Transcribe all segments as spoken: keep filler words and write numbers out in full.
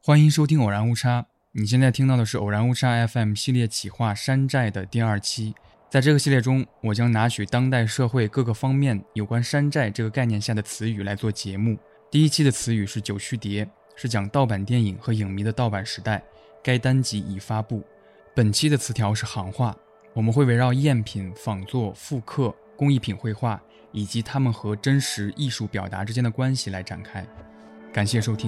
欢迎收听偶然误差，你现在听到的是偶然误差 F M 系列企划山寨的第二期。在这个系列中，我将拿取当代社会各个方面有关山寨这个概念下的词语来做节目。第一期的词语是九曲碟，是讲盗版电影和影迷的盗版时代，该单集已发布。本期的词条是行话，我们会围绕赝品、仿作、复刻、工艺品绘画以及它们和真实艺术表达之间的关系来展开。感谢收听。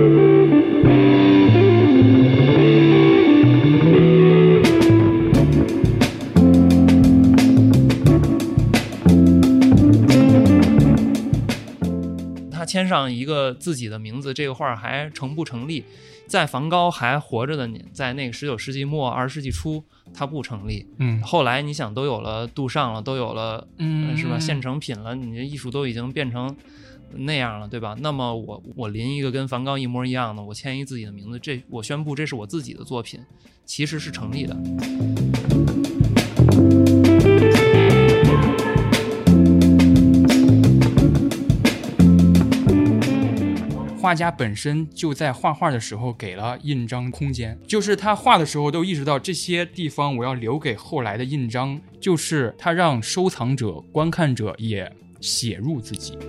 他签上一个自己的名字，这个画还成不成立？在梵高还活着的年，在那个十九世纪末二十世纪初，它不成立。 嗯， 后来你想都有了杜尚了，都有了， 嗯， 是吧？现成品了，你的艺术都已经变成那样了，对吧？那么我我临一个跟梵高一模一样的，我签一自己的名字，这我宣布这是我自己的作品，其实是成立的。 画家本身就在画画的时候给了印章空间，就是他画的时候都意识到这些地方我要留给后来的印章，就是他让收藏者、观看者也写入自己。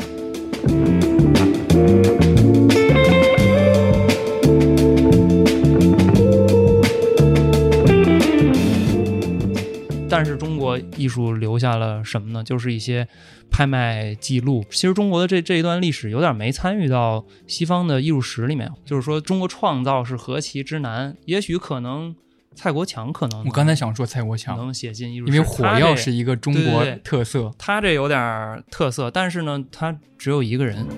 但是中国艺术留下了什么呢？就是一些拍卖记录。其实中国的这这一段历史有点没参与到西方的艺术史里面，就是说中国创造是何其之难，也许可能蔡国强可能我刚才想说蔡国强能写进艺术史， 因为火药是一个中国特色， 对对对，他这有点特色，但是呢他只有一个人。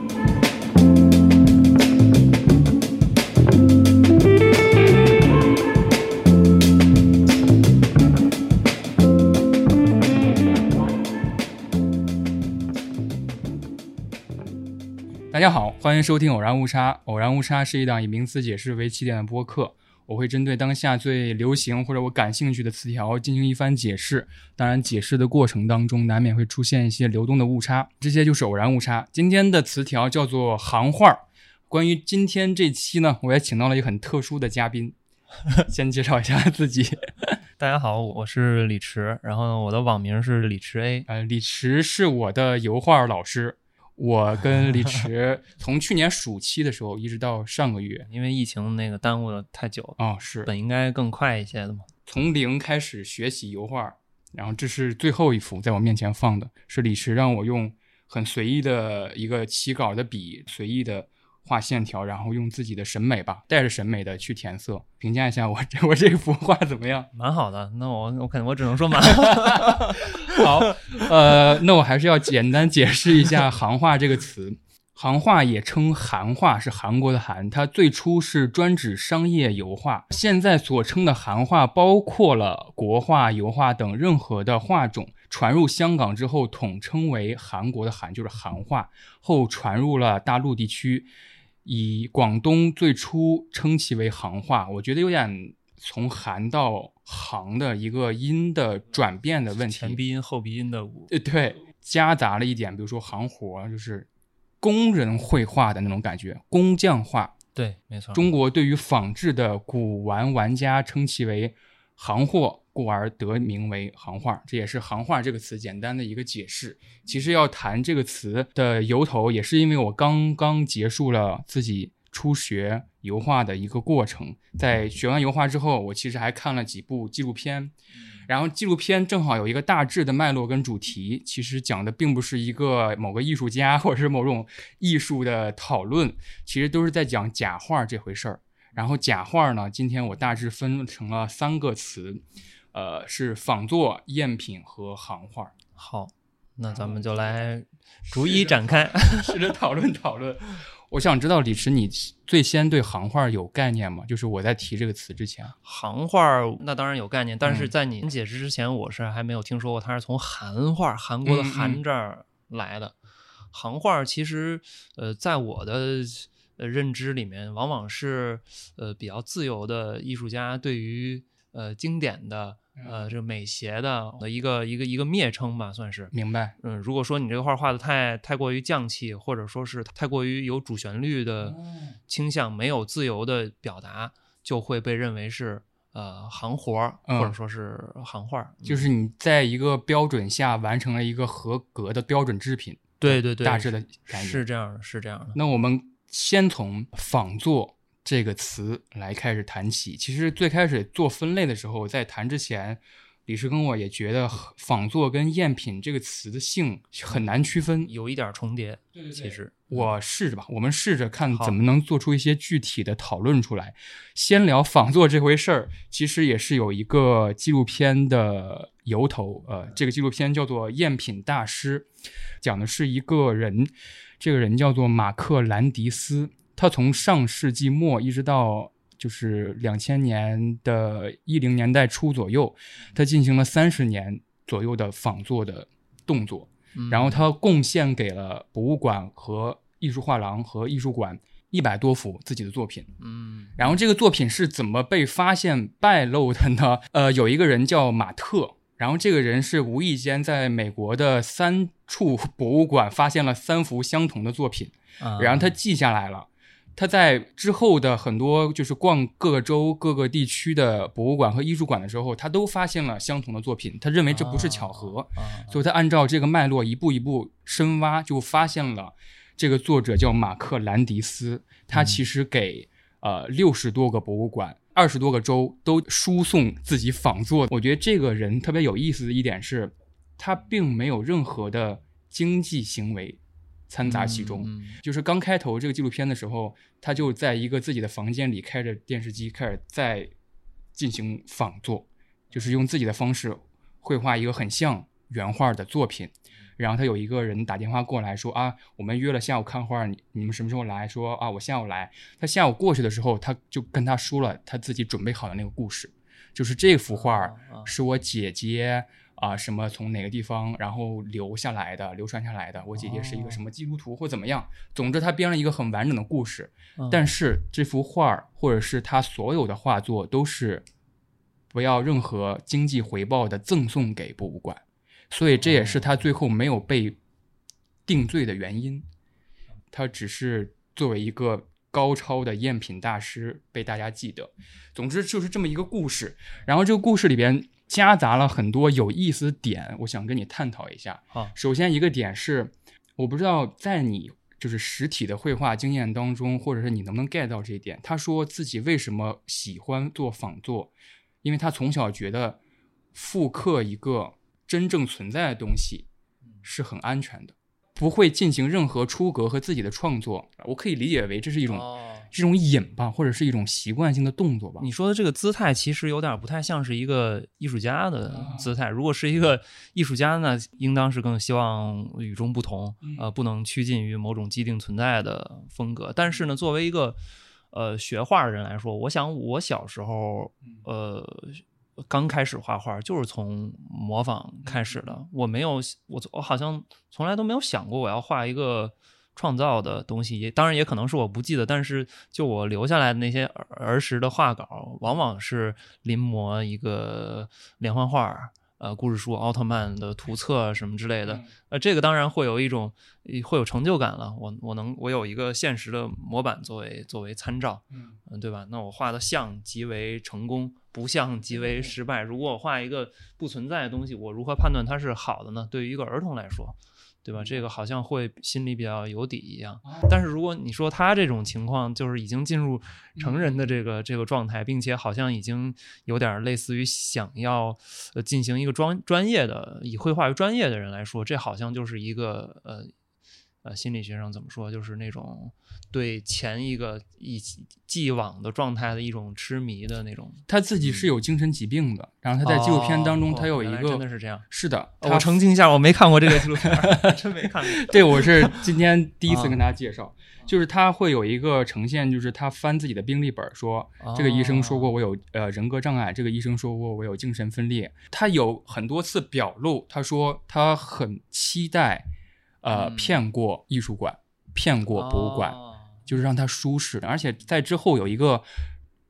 大家好，欢迎收听偶然误差。偶然误差是一档以名词解释为起点的播客，我会针对当下最流行或者我感兴趣的词条进行一番解释，当然解释的过程当中难免会出现一些流动的误差，这些就是偶然误差。今天的词条叫做行话。关于今天这期呢，我也请到了一个很特殊的嘉宾，先介绍一下自己。 大家好，我是李池，然后我的网名是李池 A。 呃，李池是我的油画老师。我跟李池从去年暑期的时候一直到上个月， 因为疫情那个耽误了太久了。 哦，是， 本应该更快一些的嘛。 从零开始学习油画，然后这是最后一幅在我面前放的，是李池让我用很随意的一个起稿的笔，随意的画线条，然后用自己的审美吧，带着审美的去填色。评价一下我这我这幅画怎么样？ 蛮好的，那我我肯定我只能说蛮好。 好，呃，那我还是要简单解释一下行话这个词。行话也称韩画，是韩国的韩，它最初是专指商业油画。现在所称的韩画包括了国画、油画等任何的画种，传入香港之后统称为韩国的韩，就是韩画，后传入了大陆地区，以广东最初称其为行话。我觉得有点从韩到行的一个音的转变的问题， 前鼻音后鼻音的呃，对，夹杂了一点，比如说行活，就是工人绘画的那种感觉，工匠画。 对，没错。 中国对于仿制的古玩玩家称其为行货，故而得名为行话。这也是行话这个词简单的一个解释。其实要谈这个词的由头，也是因为我刚刚结束了自己初学油画的一个过程。在学完油画之后，我其实还看了几部纪录片，然后纪录片正好有一个大致的脉络跟主题，其实讲的并不是一个某个艺术家或者是某种艺术的讨论，其实都是在讲假画这回事儿。然后假画呢，今天我大致分成了三个词，呃，是仿作、赝品和行画。 好，那咱们就来逐一展开， 试着讨论讨论。我想知道李池，你最先对行话有概念吗？就是我在提这个词之前， 行话那当然有概念，但是在你解释之前，我是还没有听说过它是从韩话，韩国的韩这儿来的。嗯嗯行话其实，呃，在我的呃认知里面，往往是呃比较自由的艺术家对于呃经典的呃这个美协的一个一个一个蔑称吧，算是。 明白。 嗯，如果说你这个画画的太太过于匠气，或者说是太过于有主旋律的倾向，没有自由的表达，就会被认为是呃行活或者说是行话、嗯、 就是你在一个标准下完成了一个合格的标准制品。 对对对， 大致的概念是这样的，是这样的。 那我们先从仿作这个词来开始谈起。其实最开始做分类的时候，在谈之前，李师跟我也觉得仿作跟赝品这个词的性很难区分， 有一点重叠。 对对对， 其实我试着吧，我们试着看怎么能做出一些具体的讨论出来。先聊仿作这回事儿，其实也是有一个纪录片的由头。呃，这个纪录片叫做《赝品大师》，讲的是一个人，这个人叫做马克兰迪斯，他从上世纪末一直到就是两千年的一零年代初左右，他进行了三十年左右的仿作的动作，然后他贡献给了博物馆和艺术画廊和艺术馆一百多幅自己的作品。 嗯， 然后这个作品是怎么被发现败露的呢？呃，有一个人叫马特，然后这个人是无意间在美国的三处博物馆发现了三幅相同的作品，然后他记下来了。他在之后的很多就是逛各个州各个地区的博物馆和艺术馆的时候，他都发现了相同的作品，他认为这不是巧合，所以他按照这个脉络一步一步深挖，就发现了这个作者叫马克兰迪斯，他其实给呃六十多个博物馆二十多个州都输送自己仿作。我觉得这个人特别有意思的一点是，他并没有任何的经济行为掺杂其中、嗯嗯、就是刚开头这个纪录片的时候，他就在一个自己的房间里开着电视机开始在进行仿作，就是用自己的方式绘画一个很像原画的作品。然后他有一个人打电话过来说啊，我们约了下午看画，你你们什么时候来？说啊，我下午来。他下午过去的时候，他就跟他说了他自己准备好的那个故事，就是这幅画是我姐姐啊、呃、什么从哪个地方然后留下来的，流传下来的，我姐姐是一个什么基督徒或怎么样。总之他编了一个很完整的故事，但是这幅画或者是他所有的画作都是不要任何经济回报的赠送给博物馆。所以这也是他最后没有被定罪的原因，他只是作为一个高超的赝品大师被大家记得。总之就是这么一个故事，然后这个故事里边夹杂了很多有意思的点，我想跟你探讨一下。首先一个点是，我不知道在你就是实体的绘画经验当中，或者是你能不能 get 到这一点。他说自己为什么喜欢做仿作，因为他从小觉得复刻一个真正存在的东西是很安全的，不会进行任何出格和自己的创作。我可以理解为这是一种、哦、这种瘾吧，或者是一种习惯性的动作吧。 你说的这个姿态其实有点不太像是一个艺术家的姿态、啊、如果是一个艺术家呢，应当是更希望与众不同、嗯、呃，不能趋近于某种既定存在的风格。但是呢，作为一个呃学画的人来说，我想我小时候呃刚开始画画就是从模仿开始的，我没有我我好像从来都没有想过我要画一个创造的东西，当然也可能是我不记得，但是就我留下来的那些儿时的画稿，往往是临摹一个连环画、呃故事书、奥特曼的图册什么之类的，呃这个当然会有一种会有成就感了，我我能我有一个现实的模板作为作为参照，嗯，对吧？那我画的像极为成功，不像极为失败。如果我画一个不存在的东西，我如何判断它是好的呢？对于一个儿童来说，对吧？这个好像会心里比较有底一样。但是如果你说他这种情况，就是已经进入成人的这个这个状态，并且好像已经有点类似于想要呃进行一个专专业的以绘画为专业的人来说，这好像就是一个呃。呃，心理学上怎么说，就是那种对前一个一既往的状态的一种痴迷的那种。 他自己是有精神疾病的，嗯、然后他在纪录片当中，他有一个、 哦、真的是这样。 是的， 我澄清一下，我没看过这个纪录片，真没看过。 对，我是今天第一次跟他介绍，啊、就是他会有一个呈现，就是他翻自己的病历本说，说、哦、这个医生说过我有呃人格障碍，这个医生说过我有精神分裂。他有很多次表露，他说他很期待。呃，骗过艺术馆，骗过博物馆、哦，就是让他舒适的。而且在之后有一个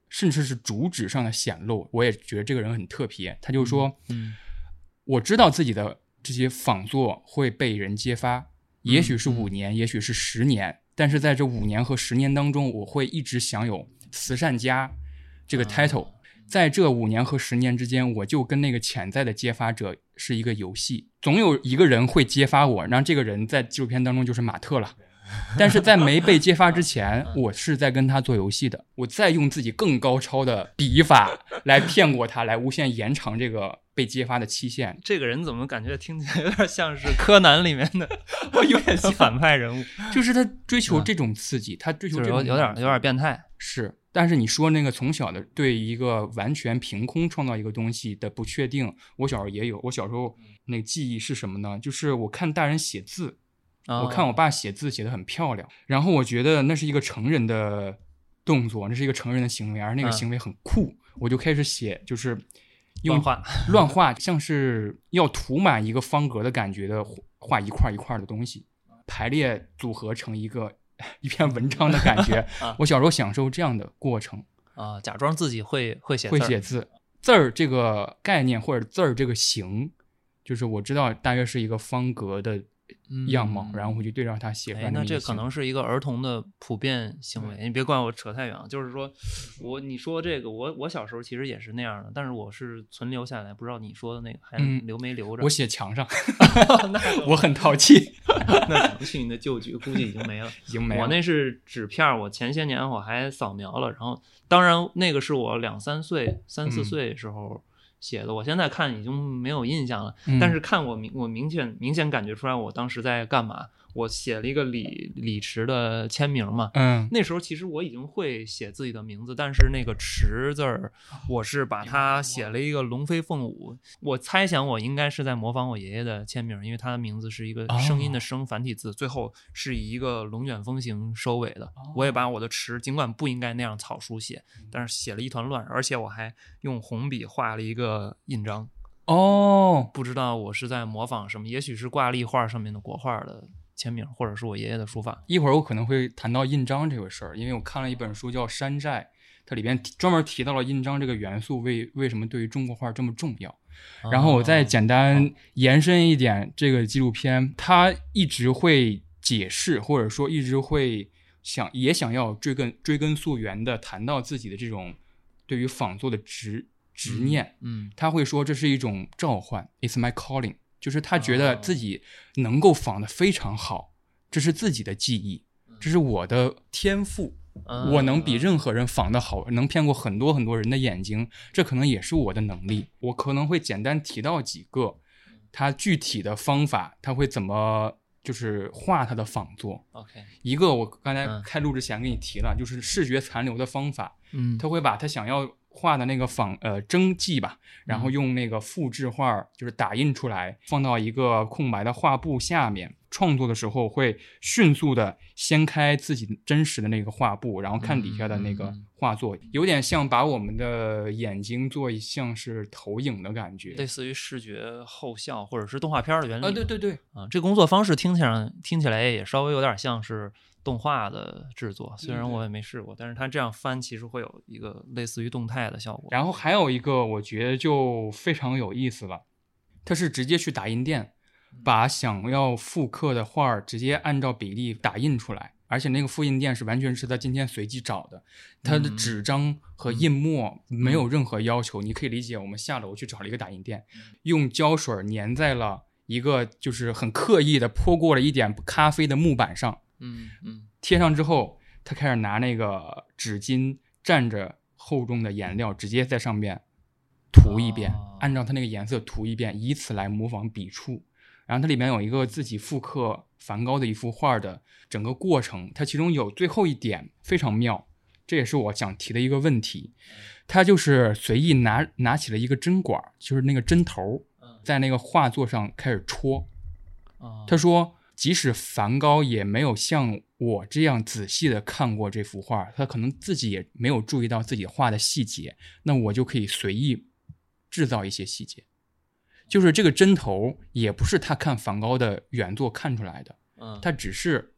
甚至是主旨上的显露，我也觉得这个人很特别。他就说， 嗯， 我知道自己的这些仿作会被人揭发，也许是五年， 嗯、 也许是十年，但是在这五年和十年当中，我会一直享有慈善家这个 title、啊。在这五年和十年之间，我就跟那个潜在的揭发者是一个游戏，总有一个人会揭发我，让这个人在纪录片当中就是马特了。但是在没被揭发之前，我是在跟他做游戏的，我再用自己更高超的笔法来骗过他，来无限延长这个被揭发的期限。 这个人怎么感觉听起来有点像是柯南里面的我有点像反派人物， 就是他追求这种刺激，嗯、他追求这种、 就是、有点有点变态。 是，但是你说那个从小的对一个完全凭空创造一个东西的不确定，我小时候也有。我小时候那个记忆是什么呢？就是我看大人写字。我看我爸写字写得很漂亮，然后我觉得那是一个成人的动作，那是一个成人的行为，而那个行为很酷，嗯、我就开始写，就是用乱画， 乱画，像是要涂满一个方格的感觉的画一块一块的东西，排列组合成一个一篇文章的感觉。啊、我小时候享受这样的过程啊，假装自己会会写字， 会写字，字儿这个概念或者字儿这个形，就是我知道大约是一个方格的样貌、嗯、然后我就对照它写出来。 哎，那这可能是一个儿童的普遍行为，你别怪我扯太远了。就是说我你说这个，我我小时候其实也是那样的，但是我是存留下来，不知道你说的那个还留没留着。 嗯、我写墙上，我很淘气。 那可能去你的旧局，估计已经没了， 已经没了。 我那是纸片，我前些年我还扫描了，然后当然那个是我两三岁、三四岁时候。嗯写的，我现在看已经没有印象了，嗯、但是看我明我明显明显感觉出来我当时在干嘛。我写了一个李李池的签名嘛， 嗯， 那时候其实我已经会写自己的名字，但是那个池字儿，我是把它写了一个龙飞凤舞。我猜想我应该是在模仿我爷爷的签名，因为他的名字是一个声音的声繁体字，哦、最后是以一个龙卷风形收尾的。哦、我也把我的池，尽管不应该那样草书写，但是写了一团乱，而且我还用红笔画了一个印章。 哦， 不知道我是在模仿什么，也许是挂历画上面的国画的签名，或者是我爷爷的书法。 一会儿我可能会谈到印章这个事儿，因为我看了一本书叫《山寨》，它里边专门提到了印章这个元素为为什么对于中国画这么重要。哦、然后我再简单延伸一点，哦、这个纪录片它一直会解释，或者说一直会想也想要追根追根溯源的谈到自己的这种对于仿作的执执念。 嗯，嗯他会说这是一种召唤 ，It's my calling。就是他觉得自己能够仿得非常好，这是自己的技艺，这是我的天赋，我能比任何人仿得好，能骗过很多很多人的眼睛，这可能也是我的能力。我可能会简单提到几个他具体的方法，他会怎么就是画他的仿作。 OK， 一个我刚才开录之前给你提了，就是视觉残留的方法。 嗯， 他会把他想要画的那个仿呃真迹吧，然后用那个复制画，就是打印出来，放到一个空白的画布下面。创作的时候会迅速的掀开自己真实的那个画布，然后看底下的那个画作，嗯嗯嗯、有点像把我们的眼睛做像是投影的感觉， 类似于视觉后效或者是动画片的原理。 啊，对对对， 啊，这工作方式听起来听起来也稍微有点像是动画的制作，虽然我也没试过，但是它这样翻其实会有一个类似于动态的效果。 然后还有一个我觉得就非常有意思了，它是直接去打印店把想要复刻的画直接按照比例打印出来，而且那个复印店是完全是他今天随机找的，他的纸张和印墨没有任何要求，嗯、你可以理解我们下楼去找了一个打印店，用胶水粘在了一个就是很刻意的泼过了一点咖啡的木板上， 嗯嗯， 贴上之后，他开始拿那个纸巾蘸着厚重的颜料直接在上面涂一遍， 哦、 按照他那个颜色涂一遍，以此来模仿笔触。然后它里面有一个自己复刻梵高的一幅画的整个过程，它其中有最后一点非常妙，这也是我想提的一个问题。他就是随意拿拿起了一个针管，就是那个针头，在那个画作上开始戳。他说即使梵高也没有像我这样仔细的看过这幅画，他可能自己也没有注意到自己画的细节，那我就可以随意制造一些细节。就是这个针头也不是他看梵高的原作看出来的，他只是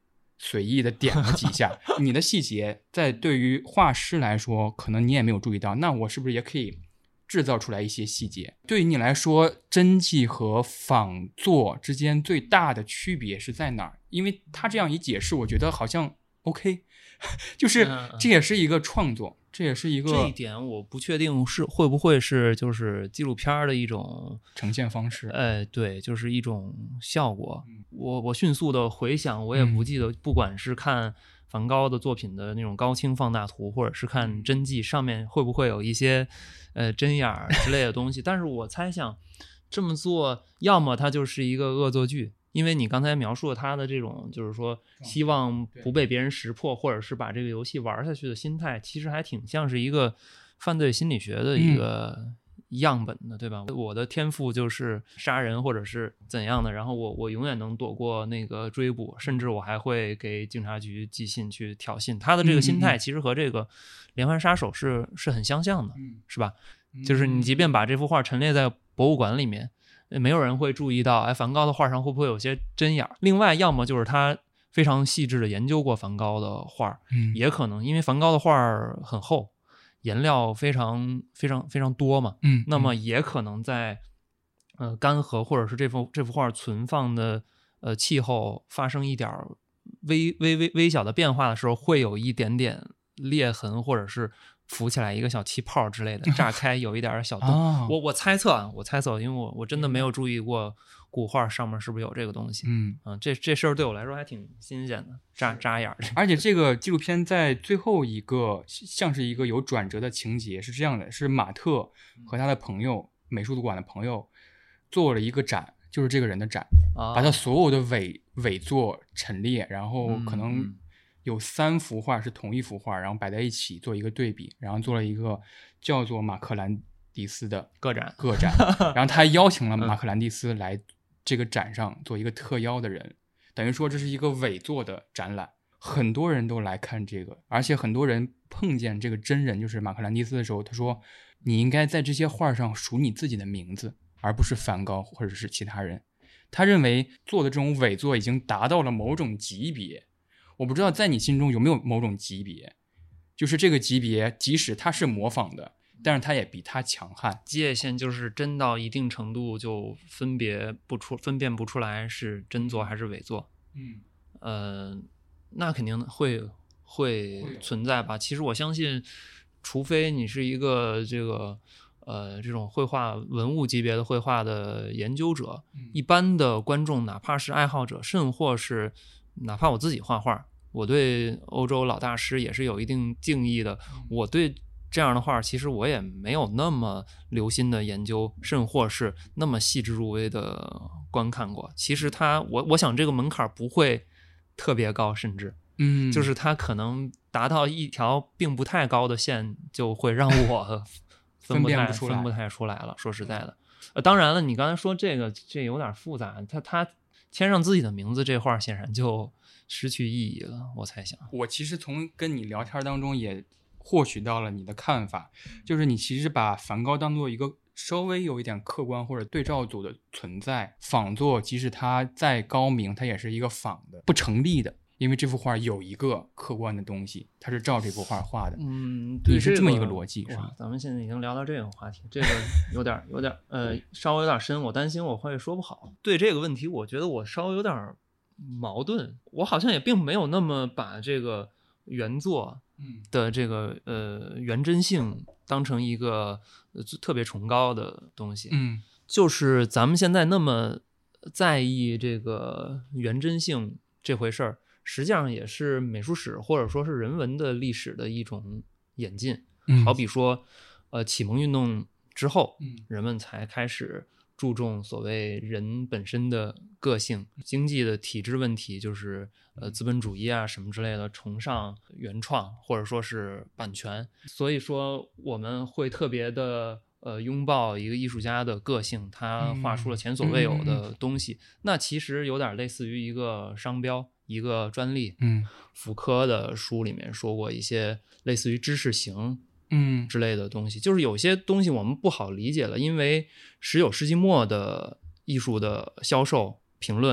随意的点了几下，你的细节在对于画师来说可能你也没有注意到，那我是不是也可以制造出来一些细节？对于你来说，真迹和仿作之间最大的区别是在哪儿？因为他这样一解释，我觉得好像 OK， 就是这也是一个创作，这也是一个这一点我不确定是会不会是就是纪录片的一种呈现方式。 哎，对，就是一种效果。 嗯、 我我迅速的回想，我也不记得， 嗯、 不管是看梵高的作品的那种高清放大图，或者是看真迹，上面会不会有一些呃针眼儿之类的东西。但是我猜想这么做，要么它就是一个恶作剧。因为你刚才描述了他的这种就是说希望不被别人识破，或者是把这个游戏玩下去的心态，其实还挺像是一个犯罪心理学的一个样本的，对吧？我的天赋就是杀人或者是怎样的，然后我我永远能躲过那个追捕，甚至我还会给警察局寄信去挑衅。他的这个心态其实和这个连环杀手是是很相像的，是吧？就是你即便把这幅画陈列在博物馆里面，没有人会注意到，哎，梵高的画上会不会有些针眼？另外，要么就是他非常细致的研究过梵高的画， 嗯， 也可能因为梵高的画很厚，颜料非常非常非常多嘛， 嗯， 那么也可能在呃干涸或者是这幅这幅画存放的呃气候发生一点微微微微小的变化的时候，会有一点点裂痕，或者是浮起来一个小气泡之类的，炸开有一点小洞。 哦、 我我猜测啊，我猜测，因为我我真的没有注意过古画上面是不是有这个东西。 嗯嗯，这这事儿对我来说还挺新鲜的，扎扎眼儿。 而且这个纪录片在最后一个像是一个有转折的情节，是这样的：是马特和他的朋友，美术馆的朋友做了一个展，就是这个人的展， 啊、 把他所有的伪伪作陈列，然后可能有三幅画是同一幅画，然后摆在一起做一个对比，然后做了一个叫做马克兰迪斯的个展个展，然后他还邀请了马克兰蒂斯来这个展上做一个特邀的人，等于说这是一个伪作的展览，很多人都来看这个，而且很多人碰见这个真人就是马克兰蒂斯的时候，他说你应该在这些画上署你自己的名字，而不是梵高或者是其他人。他认为做的这种伪作已经达到了某种级别，我不知道在你心中有没有某种级别，就是这个级别即使他是模仿的，但是他也比他强悍。 界限就是真到一定程度就分别不出分辨不出来是真作还是伪作。 嗯， 呃，那肯定会会存在吧。其实我相信，除非你是一个这个呃这种绘画文物级别的绘画的研究者， 嗯、 一般的观众哪怕是爱好者，甚或是哪怕我自己画画，我对欧洲老大师也是有一定敬意的， 嗯、 我对这样的画其实我也没有那么留心的研究，甚或是那么细致入微的观看过。其实他我我想这个门槛不会特别高，甚至嗯， 就是他可能达到一条并不太高的线，就会让我分不太分不出来分不太出来了。说实在的，呃，当然了，你刚才说这个这有点复杂，他他签上自己的名字，这画显然就失去意义了。我猜想， 我其实从跟你聊天当中也获取到了你的看法，就是你其实把梵高当做一个稍微有一点客观或者对照组的存在，仿作即使它再高明，它也是一个仿的，不成立的。因为这幅画有一个客观的东西，它是照这幅画画的。 嗯， 你是这么一个逻辑，是哇吧？ 咱们现在已经聊到这个话题，这个有点有点呃，稍微有点深，我担心我会说不好。对这个问题，我觉得我稍微有点矛盾，我好像也并没有那么把这个原作的这个呃原真性当成一个、呃、特别崇高的东西。 嗯， 就是咱们现在那么在意这个原真性这回事儿，实际上也是美术史或者说是人文的历史的一种演进。 嗯、 好比说，呃，启蒙运动之后， 嗯、 人们才开始注重所谓人本身的个性，经济的体制问题，就是呃资本主义啊什么之类的，崇尚原创或者说是版权。所以说我们会特别的呃拥抱一个艺术家的个性，他画出了前所未有的东西。嗯嗯嗯、那其实有点类似于一个商标，一个专利。 嗯， 福柯的书里面说过一些类似于知识型。 嗯之类的东西，就是有些东西我们不好理解了，因为十九世纪末的艺术的销售评论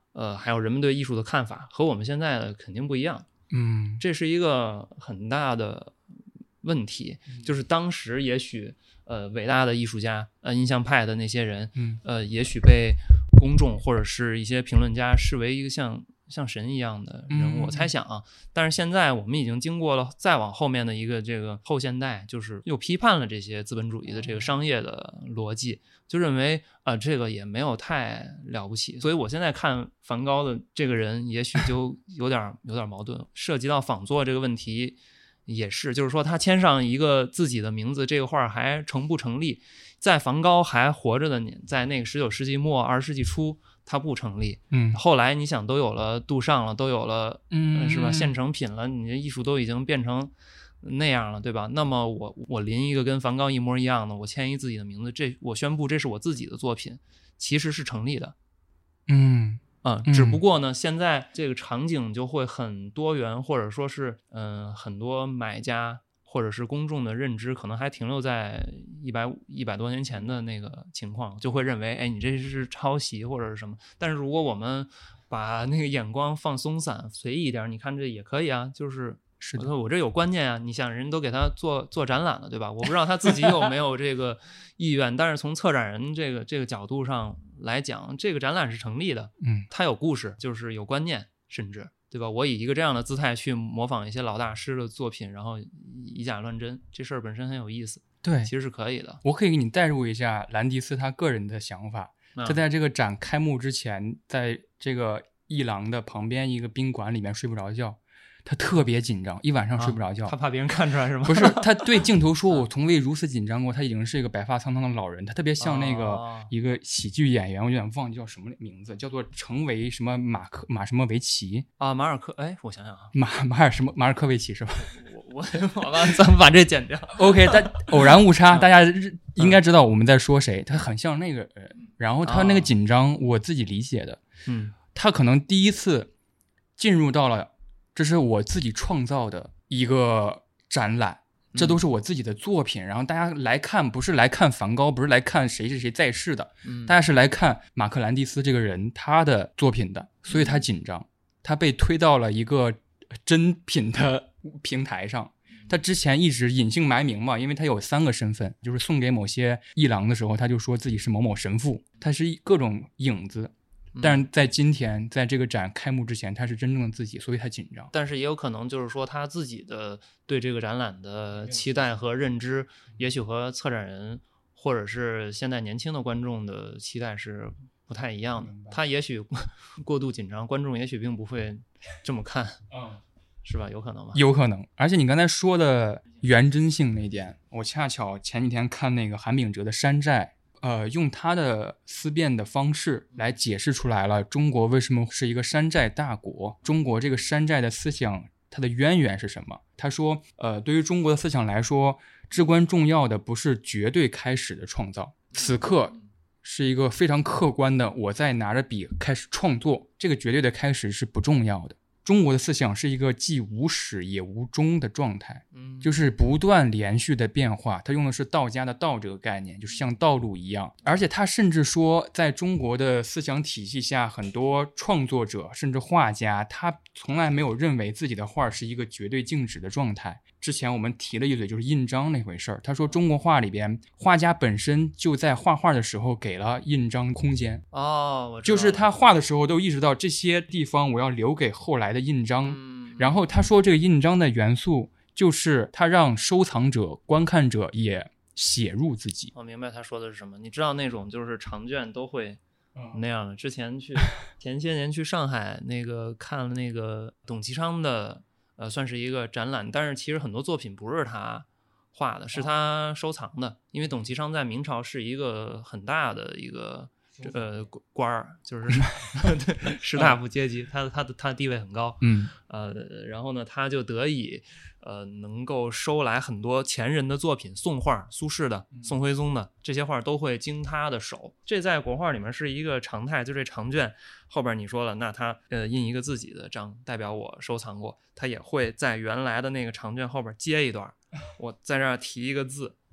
呃，还有人们对艺术的看法和我们现在的肯定不一样。 嗯， 这是一个很大的问题，就是当时也许呃伟大的艺术家，呃印象派的那些人， 嗯呃也许被公众或者是一些评论家视为一个像像神一样的人物， 嗯我猜想啊。但是现在我们已经经过了再往后面的一个这个后现代，就是又批判了这些资本主义的这个商业的逻辑，就认为啊、呃、这个也没有太了不起。所以我现在看梵高的这个人，也许就有点有点矛盾，涉及到仿作这个问题。也是，就是说他签上一个自己的名字，这个画还成不成立？在梵高还活着的年，在那个十九世纪末二十世纪初，它不成立。 嗯， 后来你想都有了杜尚了，都有了， 嗯， 是吧？现成品了，你的艺术都已经变成那样了，对吧？那么我我临一个跟梵高一模一样的，我签一自己的名字，这我宣布这是我自己的作品，其实是成立的。 嗯。 嗯，只不过呢，现在这个场景就会很多元，或者说是，嗯、呃，很多买家或者是公众的认知可能还停留在一百一百多年前的那个情况，就会认为，哎，你这是抄袭或者是什么。但是如果我们把那个眼光放松散、随意一点，你看这也可以啊，就是是的， 我说我这有观念啊，你想人都给他做做展览了，对吧？我不知道他自己有没有这个意愿，但是从策展人这个这个角度上来讲，这个展览是成立的， 嗯， 他有故事，就是有观念，甚至对吧？我以一个这样的姿态去模仿一些老大师的作品，然后以假乱真，这事儿本身很有意思， 对， 其实是可以的。 我可以给你带入一下兰迪斯他个人的想法。 嗯、 他在这个展开幕之前，在这个艺廊的旁边一个宾馆里面睡不着觉。他特别紧张，一晚上睡不着觉、 啊、他怕别人看出来是吗？ 不是，他对镜头说我从未如此紧张过。他已经是一个白发苍苍的老人，他特别像那个一个喜剧演员，我有点忘记叫什么名字，叫做成为什么马克马什么维奇啊，马尔科，哎，我想想啊， 马马尔什么马尔科维奇是吧？ 我我好吧，咱们把这剪掉。 OK， 但偶然误差，大家应该知道我们在说谁。他很像那个人，然后他那个紧张，我自己理解的， 嗯， 他可能第一次进入到了。这是我自己创造的一个展览，这都是我自己的作品、嗯、然后大家来看不是来看梵高，不是来看谁是谁在世的、嗯、大家是来看马克兰蒂斯这个人他的作品的，所以他紧张，他被推到了一个真品的平台上。他之前一直隐姓埋名嘛，因为他有三个身份，就是送给某些艺廊的时候他就说自己是某某神父，他是各种影子，但是在今天在这个展开幕之前他是真正的自己，所以他紧张。 但是也有可能就是说他自己的对这个展览的期待和认知也许和策展人或者是现在年轻的观众的期待是不太一样的，他也许过度紧张，观众也许并不会这么看，嗯，是吧？有可能吧？ 有可能。而且你刚才说的原真性那点，我恰巧前几天看那个韩炳哲的山寨，呃，用他的思辨的方式来解释出来了中国为什么是一个山寨大国，中国这个山寨的思想它的渊源是什么。他说呃，对于中国的思想来说，至关重要的不是绝对开始的创造，此刻是一个非常客观的我在拿着笔开始创作，这个绝对的开始是不重要的。中国的思想是一个既无始也无终的状态，就是不断连续的变化。他用的是道家的道这个概念，就是像道路一样。而且他甚至说在中国的思想体系下，很多创作者甚至画家，他从来没有认为自己的画是一个绝对静止的状态。之前我们提了一嘴就是印章那回事儿，他说中国画里边画家本身就在画画的时候给了印章空间， 哦，我知道， 就是他画的时候都意识到这些地方我要留给后来的印章、 嗯、 然后他说这个印章的元素就是他让收藏者观看者也写入自己。 我明白他说的是什么。你知道那种就是长卷都会那样的，之前去前些年去上海那个看了那个董其昌的呃，算是一个展览，但是其实很多作品不是他画的，是他收藏的。因为董其昌在明朝是一个很大的一个呃官儿，就是士大夫阶级，他他的他的地位很高， 嗯， 呃，然后呢，他就得以呃能够收来很多前人的作品，宋画，苏轼的、宋徽宗的这些画都会经他的手，这在国画里面是一个常态。就这长卷后边你说了，那他呃印一个自己的章，代表我收藏过，他也会在原来的那个长卷后边接一段，我在这儿提一个字，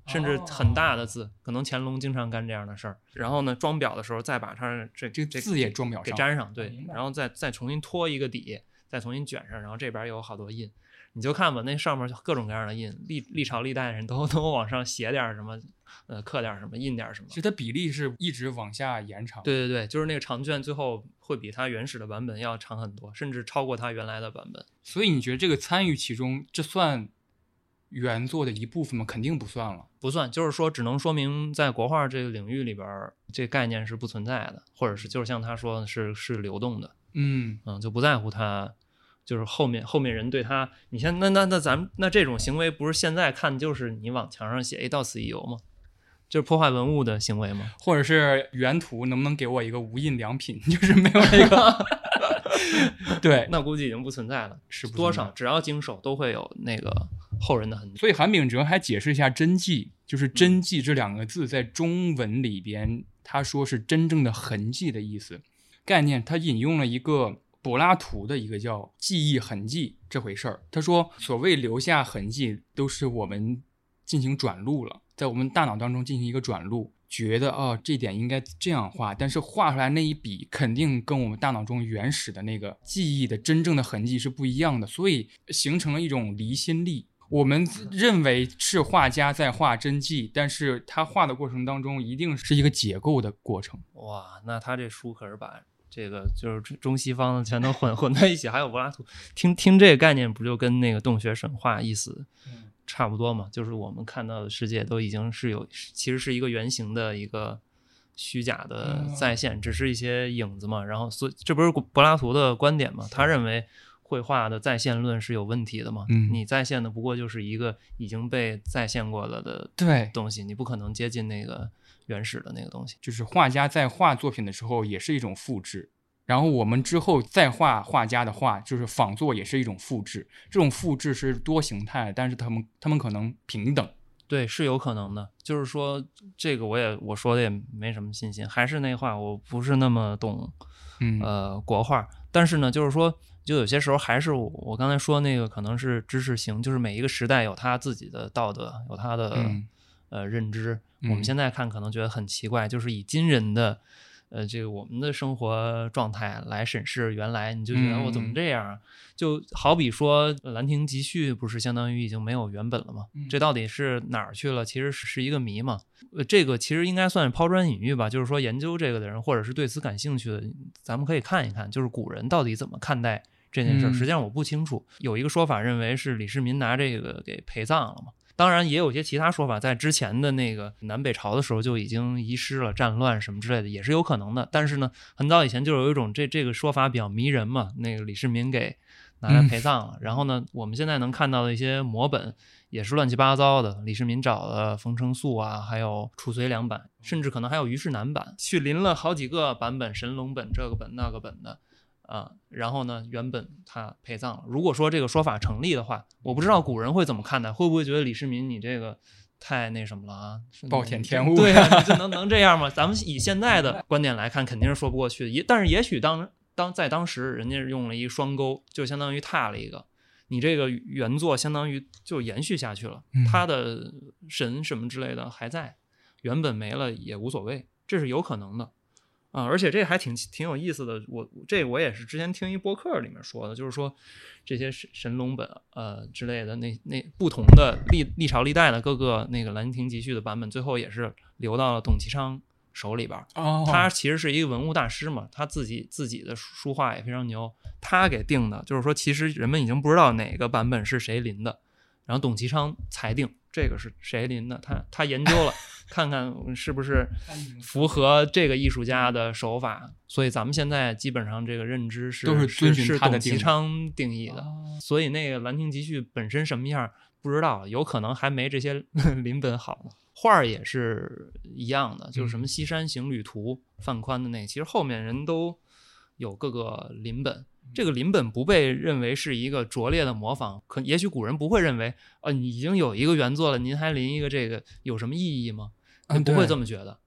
甚至很大的字，可能乾隆经常干这样的事儿。然后呢，装裱的时候再把它这这个字也装裱上， 给粘上，对，然后再再重新拖一个底，再重新卷上，然后这边有好多印。你就看吧，那上面各种各样的印，历历朝历代人都都往上写点什么，呃，刻点什么，印点什么。 其实它比例是一直往下延长。 对对对，就是那个长卷最后会比它原始的版本要长很多，甚至超过它原来的版本。 所以你觉得这个参与其中，这算原作的一部分吗？肯定不算了， 不算。就是说，只能说明在国画这个领域里边，这概念是不存在的，或者是就是像他说的是是流动的。 嗯嗯，就不在乎他。就是后面后面人对他，你像那那那咱们那这种行为不是现在看就是你往墙上写一到此一游吗？就是破坏文物的行为吗？ 或者是原图能不能给我一个无印良品？就是没有那个，对， 那估计已经不存在了。 是多少只要经手都会有那个后人的痕迹。 所以韩炳哲还解释一下真迹，就是真迹这两个字在中文里边，他说是真正的痕迹的意思概念。他引用了一个柏拉图的一个叫记忆痕迹这回事儿。他说所谓留下痕迹都是我们进行转录了，在我们大脑当中进行一个转录，觉得哦这点应该这样画，但是画出来那一笔肯定跟我们大脑中原始的那个记忆的真正的痕迹是不一样的，所以形成了一种离心力。我们认为是画家在画真迹，但是他画的过程当中一定是一个解构的过程。 哇，那他这书可是把这个就是中西方的全都混混在一起，还有柏拉图，听听这个概念不就跟那个洞穴神话意思差不多嘛？就是我们看到的世界都已经是有，其实是一个圆形的一个虚假的再现，只是一些影子嘛。然后所以这不是柏拉图的观点嘛？他认为绘画的再现论是有问题的嘛？ 嗯， 你再现的不过就是一个已经被再现过了的对东西，你不可能接近那个原始的那个东西。 就是画家在画作品的时候也是一种复制，然后我们之后再画画家的画，就是仿作也是一种复制。这种复制是多形态，但是他们他们可能平等。 对，是有可能的。就是说这个我也我说的也没什么信心，还是那话，我不是那么懂嗯呃国画，但是呢就是说就有些时候还是我我刚才说那个可能是知识型，就是每一个时代有他自己的道德，有他的、 嗯、 呃认知、 嗯、 我们现在看可能觉得很奇怪，就是以今人的呃这个我们的生活状态来审视原来，你就觉得我怎么这样、啊嗯、 就好比说《兰亭集序》不是相当于已经没有原本了吗、 嗯、 这到底是哪儿去了，其实是一个谜嘛。呃，这个其实应该算是抛砖引玉吧，就是说研究这个的人或者是对此感兴趣的，咱们可以看一看就是古人到底怎么看待这件事、嗯、实际上我不清楚，有一个说法认为是李世民拿这个给陪葬了嘛，当然也有些其他说法在之前的那个南北朝的时候就已经遗失了，战乱什么之类的也是有可能的，但是呢很早以前就有一种这这个说法比较迷人嘛，那个李世民给拿来陪葬了、嗯、然后呢我们现在能看到的一些摹本也是乱七八糟的，李世民找了冯承素啊，还有褚遂良版，甚至可能还有虞世南版，去临了好几个版本，神龙本这个本那个本的啊，然后呢原本他陪葬了。如果说这个说法成立的话，我不知道古人会怎么看待，会不会觉得李世民你这个太那什么了啊， 暴殄天物。 对啊，你这能能这样吗？咱们以现在的观点来看肯定是说不过去的，也但是也许当当在当时人家用了一双钩，就相当于踏了一个，你这个原作相当于就延续下去了、嗯、他的神什么之类的还在，原本没了也无所谓，这是有可能的啊，而且这还挺挺有意思的，我这我也是之前听一播客里面说的，就是说这些神神龙本呃之类的那那不同的历历朝历代的各个那个兰亭集序的版本，最后也是流到了董其昌手里边。 哦， 他其实是一个文物大师嘛，他自己自己的书画也非常牛，他给定的，就是说其实人们已经不知道哪个版本是谁临的，然后董其昌裁定这个是谁临的，他他研究了看看是不是符合这个艺术家的手法，所以咱们现在基本上这个认知是都是遵循他的董其昌定义的、哦、所以那个兰亭集序本身什么样不知道，有可能还没这些临本好呢。画也是一样的，就是什么西山行旅图、嗯、范宽的那个，其实后面人都有各个临本，这个临本不被认为是一个拙劣的模仿，可也许古人不会认为啊，你已经有一个原作了，您还临一个这个有什么意义吗？您不会这么觉得、嗯、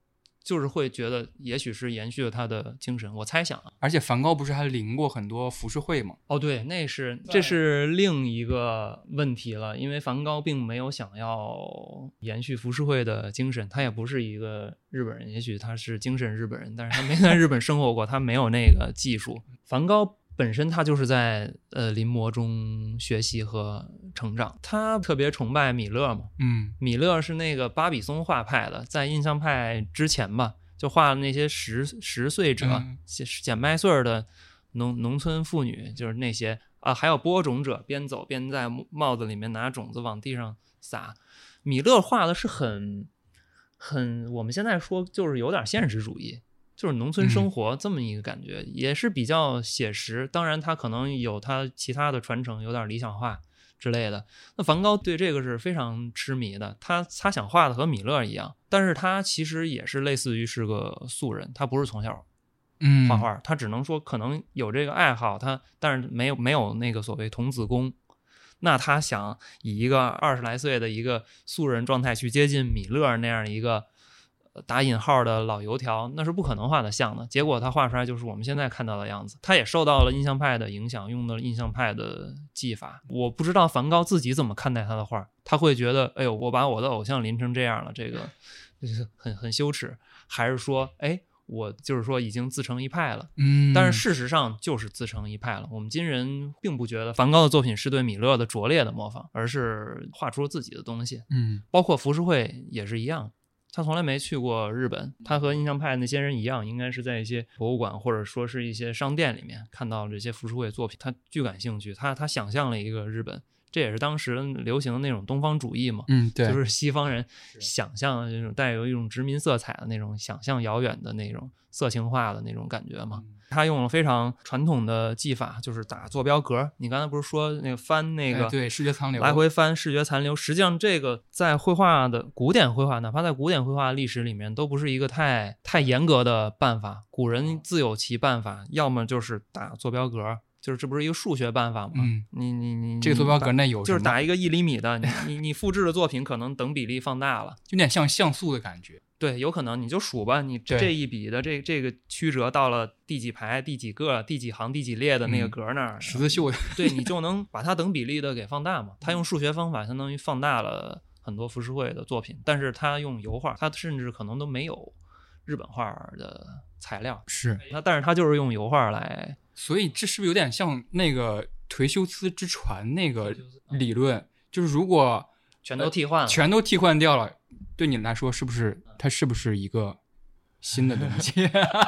就是会觉得也许是延续了他的精神，我猜想啊。 而且梵高不是还临过很多浮世绘吗？ 哦，对，那是这是另一个问题了，因为梵高并没有想要延续浮世绘的精神，他也不是一个日本人，也许他是精神日本人，但是他没在日本生活过，他没有那个技术。梵高本身他就是在呃临摹中学习和成长，他特别崇拜米勒嘛， 嗯， 米勒是那个巴比松画派的，在印象派之前吧，就画那些十十岁者、 嗯、 捡麦穗的农农村妇女，就是那些啊，还有播种者，边走边在帽子里面拿种子往地上撒。米勒画的是很很，我们现在说就是有点现实主义。就是农村生活这么一个感觉、嗯、也是比较写实，当然他可能有他其他的传承，有点理想化之类的。那梵高对这个是非常痴迷的，他他想画的和米勒一样，但是他其实也是类似于是个素人，他不是从小画画、嗯、他只能说可能有这个爱好，他但是没有没有那个所谓童子功。那他想以一个二十来岁的一个素人状态去接近米勒那样一个打引号的老油条，那是不可能画的像的，结果他画出来就是我们现在看到的样子。他也受到了印象派的影响，用的印象派的技法。我不知道梵高自己怎么看待他的画，他会觉得哎呦我把我的偶像临成这样了，这个很很羞耻，还是说哎我就是说已经自成一派了。 嗯， 但是事实上就是自成一派了。我们今人并不觉得梵高的作品是对米勒的拙劣的模仿，而是画出了自己的东西。 嗯， 包括浮世绘也是一样，他从来没去过日本，他和印象派那些人一样，应该是在一些博物馆或者说是一些商店里面看到这些浮世绘作品，他巨感兴趣，他他想象了一个日本，这也是当时流行的那种东方主义嘛， 嗯，对， 就是西方人想象这种带有一种殖民色彩的那种想象遥远的那种色情化的那种感觉嘛。他用了非常传统的技法，就是打坐标格。你刚才不是说那个翻那个、 哎、对视觉残留， 来回翻视觉残留，实际上这个在绘画的古典绘画，哪怕在古典绘画历史里面都不是一个太太严格的办法，古人自有其办法，要么就是打坐标格，就是这不是一个数学办法吗？ 嗯， 你你你这个坐标格内有就是打一个一厘米的，你你你复制的作品可能等比例放大了， 有点像像素的感觉。 对，有可能你就数吧，你这一笔的这这个曲折到了第几排、第几个、第几行、第几列的那个格那儿， 嗯、十字绣的， 对，你就能把它等比例的给放大嘛。他用数学方法相当于放大了很多浮世绘的作品，但是他用油画，他甚至可能都没有日本画的材料， 是他，但是他就是用油画来， 所以这是不是有点像那个忒修斯之船那个理论？就是如果全都替换了、呃， 全都替换掉了。对你来说是不是它是不是一个新的东西？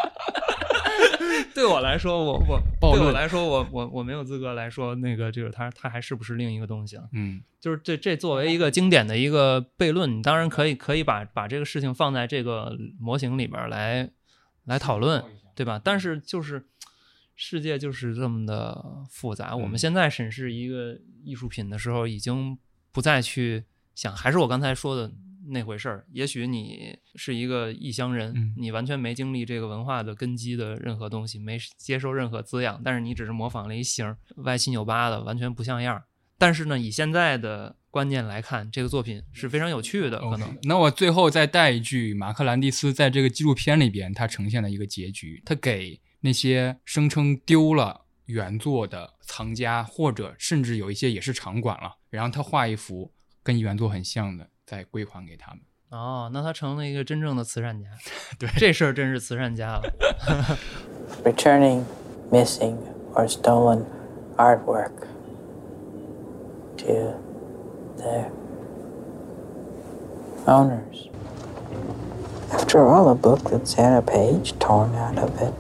对我来说我我对我来说我我我没有资格来说那个就是它它还是不是另一个东西啊？ 嗯， 就是这这作为一个经典的一个悖论，你当然可以可以把把这个事情放在这个模型里边来来讨论，对吧？但是就是世界就是这么的复杂，我们现在审视一个艺术品的时候，已经不再去想，还是我刚才说的那回事儿。也许你是一个异乡人、嗯、你完全没经历这个文化的根基的任何东西，没接受任何滋养，但是你只是模仿了一型歪七扭八的，完全不像样。但是呢，以现在的观念来看，这个作品是非常有趣的。可能、okay. 那我最后再带一句，马克兰蒂斯在这个纪录片里边他呈现的一个结局，他给那些声称丢了原作的藏家，或者甚至有一些也是场馆了，然后他画一幅跟原作很像的再归还给他们。 哦，那他成了一个真正的慈善家。 对， 这事儿真是慈善家了。 Returning missing or stolen artwork to the owners. After all, a book that's had a page torn out of it,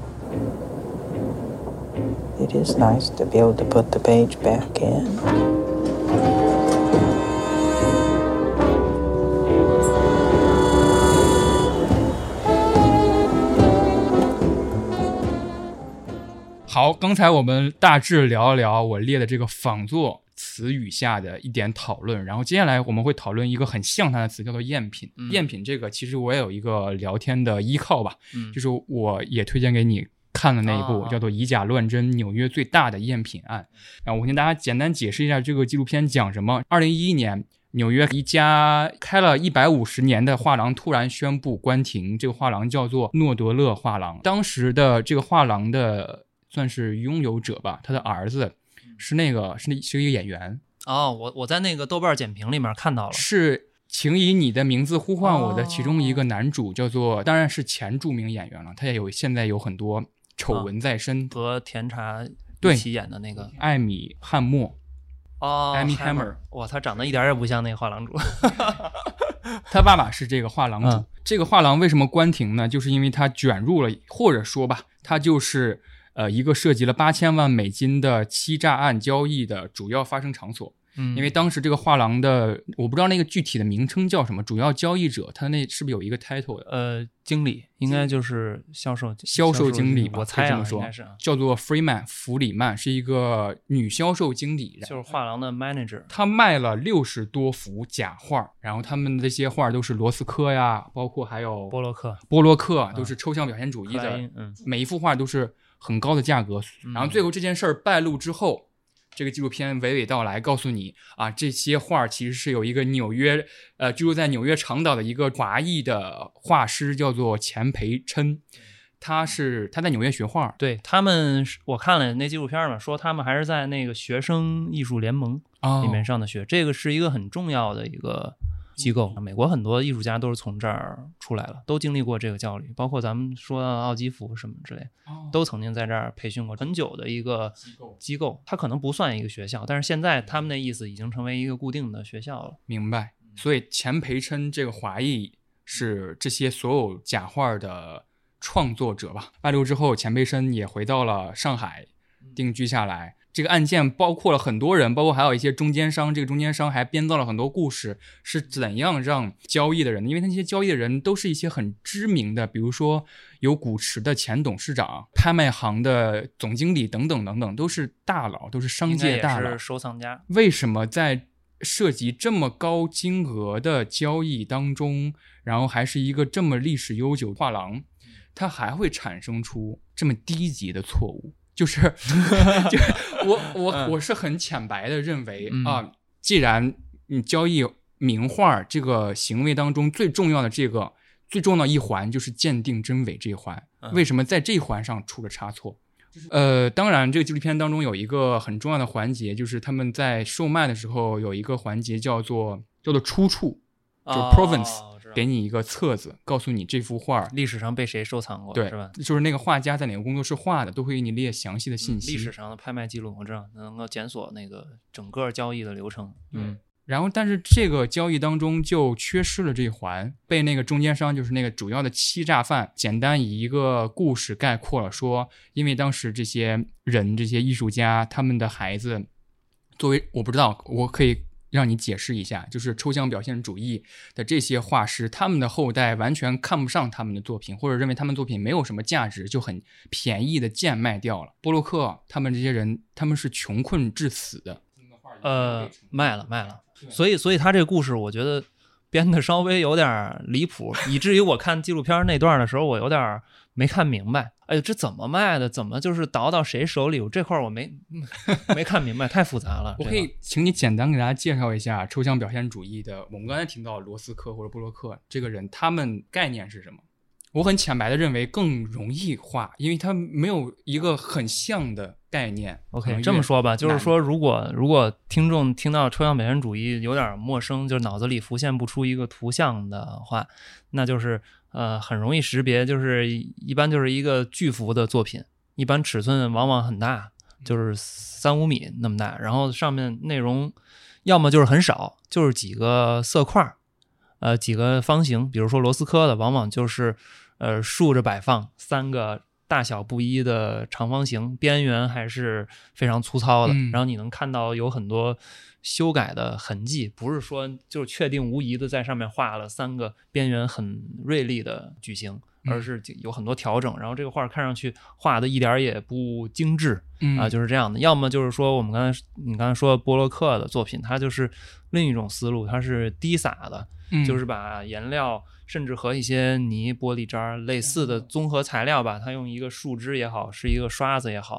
it is nice to be able to put the page back in. .好，刚才我们大致聊一聊我列的这个仿作词语下的一点讨论，然后接下来我们会讨论一个很像它的词，叫做赝品、嗯、赝品这个其实我也有一个聊天的依靠吧、嗯、就是我也推荐给你看了那一部、哦、叫做以假乱真纽约最大的赝品案。然后我跟大家简单解释一下这个纪录片讲什么。二零一一年纽约一家开了一百五十年的画廊突然宣布关停，这个画廊叫做诺德勒画廊。当时的这个画廊的算是拥有者吧，他的儿子是那个是是一个演员。 哦，我我在那个豆瓣简评里面看到了， 是请以你的名字呼唤我的其中一个男主，叫做当然是前著名演员了，他也有现在有很多丑闻在身， 和甜茶对一起演的那个艾米汉默。 哦， 艾米 Hammer， 哇，他长得一点也不像那个画廊主。 他爸爸是这个画廊主、嗯、这个画廊为什么关停呢？就是因为他卷入了，或者说吧，他就是呃一个涉及了八千万美金的欺诈案交易的主要发生场所。 嗯， 因为当时这个画廊的我不知道那个具体的名称叫什么，主要交易者他那是不是有一个 title 的？ 呃，经理应该就是销售销售经理吧， 我猜、啊、 这么说应该是、啊、 叫做 Freeman 弗里曼，是一个女销售经理， 就是画廊的 manager。 他卖了六十多幅假画，然后他们这些画都是罗斯科呀，包括还有波洛克， 波洛克都是抽象表现主义的， 嗯、 每一幅画都是很高的价格。 嗯、 然后最后这件事儿败露之后。这个纪录片娓娓道来，告诉你啊，这些画其实是有一个纽约，呃，居住在纽约长岛的一个华裔的画师，叫做钱培琛。他是他在纽约学画， 对他们，我看了那纪录片嘛，说他们还是在那个学生艺术联盟里面上的学，哦、这个是一个很重要的一个机构。美国很多艺术家都是从这儿出来了，都经历过这个教育，包括咱们说奥基弗什么之类， 哦、 都曾经在这儿培训过很久的一个机构。机构它可能不算一个学校，但是现在他们的意思已经成为一个固定的学校了。 明白。所以钱培琛这个华裔是这些所有假画的创作者吧。败露之后，钱培琛也回到了上海定居下来。这个案件包括了很多人，包括还有一些中间商，这个中间商还编造了很多故事，是怎样让交易的人，因为那些交易的人都是一些很知名的，比如说有古驰的前董事长、拍卖行的总经理等等等等，都是大佬，都是商界大佬， 应该也是收藏家。 为什么在涉及这么高金额的交易当中，然后还是一个这么历史悠久画廊，它还会产生出这么低级的错误？就是就是我我我是很浅白的认为、嗯、啊，既然你交易名画这个行为当中最重要的这个最重要的一环就是鉴定真伪这一环，为什么在这一环上出了差错？呃，当然这个纪录片当中有一个很重要的环节，就是他们在售卖的时候有一个环节叫做叫做出处，就是 provenance、哦、给你一个册子，告诉你这幅画历史上被谁收藏过， 对， 是吧？ 就是那个画家在哪个工作室画的，都会给你列详细的信息。 嗯、历史上的拍卖记录我知道，能够检索那个整个交易的流程。 嗯，然后但是这个交易当中就缺失了这一环，被那个中间商，就是那个主要的欺诈犯，简单以一个故事概括了，说因为当时这些人这些艺术家他们的孩子作为，我不知道，我可以让你解释一下，就是抽象表现主义的这些画师，他们的后代完全看不上他们的作品，或者认为他们作品没有什么价值，就很便宜的贱卖掉了。波洛克他们这些人，他们是穷困致死的。 呃，卖了卖了。所以所以他这个故事我觉得编的稍微有点离谱，以至于我看纪录片那段的时候我有点没看明白，哎呦这怎么卖的，怎么就是倒到谁手里，我这块我没没看明白，太复杂了。 我可以请你简单给大家介绍一下抽象表现主义的，我们刚才提到罗斯科或者波洛克这个人，他们概念是什么？我很浅白的认为更容易画，因为他没有一个很像的概念。 OK， 这么说吧，就是说如果如果听众听到抽象表现主义有点陌生，就是脑子里浮现不出一个图像的话，那就是呃很容易识别，就是一般就是一个巨幅的作品，一般尺寸往往很大，就是三五米那么大，然后上面内容要么就是很少，就是几个色块，呃几个方形，比如说罗斯科的往往就是呃竖着摆放三个大小不一的长方形，边缘还是非常粗糙的、嗯、然后你能看到有很多修改的痕迹，不是说就是确定无疑的在上面画了三个边缘很锐利的矩形，而是有很多调整，然后这个画看上去画的一点也不精致、嗯、啊，就是这样的。要么就是说我们刚才你刚才说波洛克的作品，它就是另一种思路，它是滴洒的、嗯、就是把颜料甚至和一些泥玻璃渣类似的综合材料吧，它用一个树枝也好，是一个刷子也好，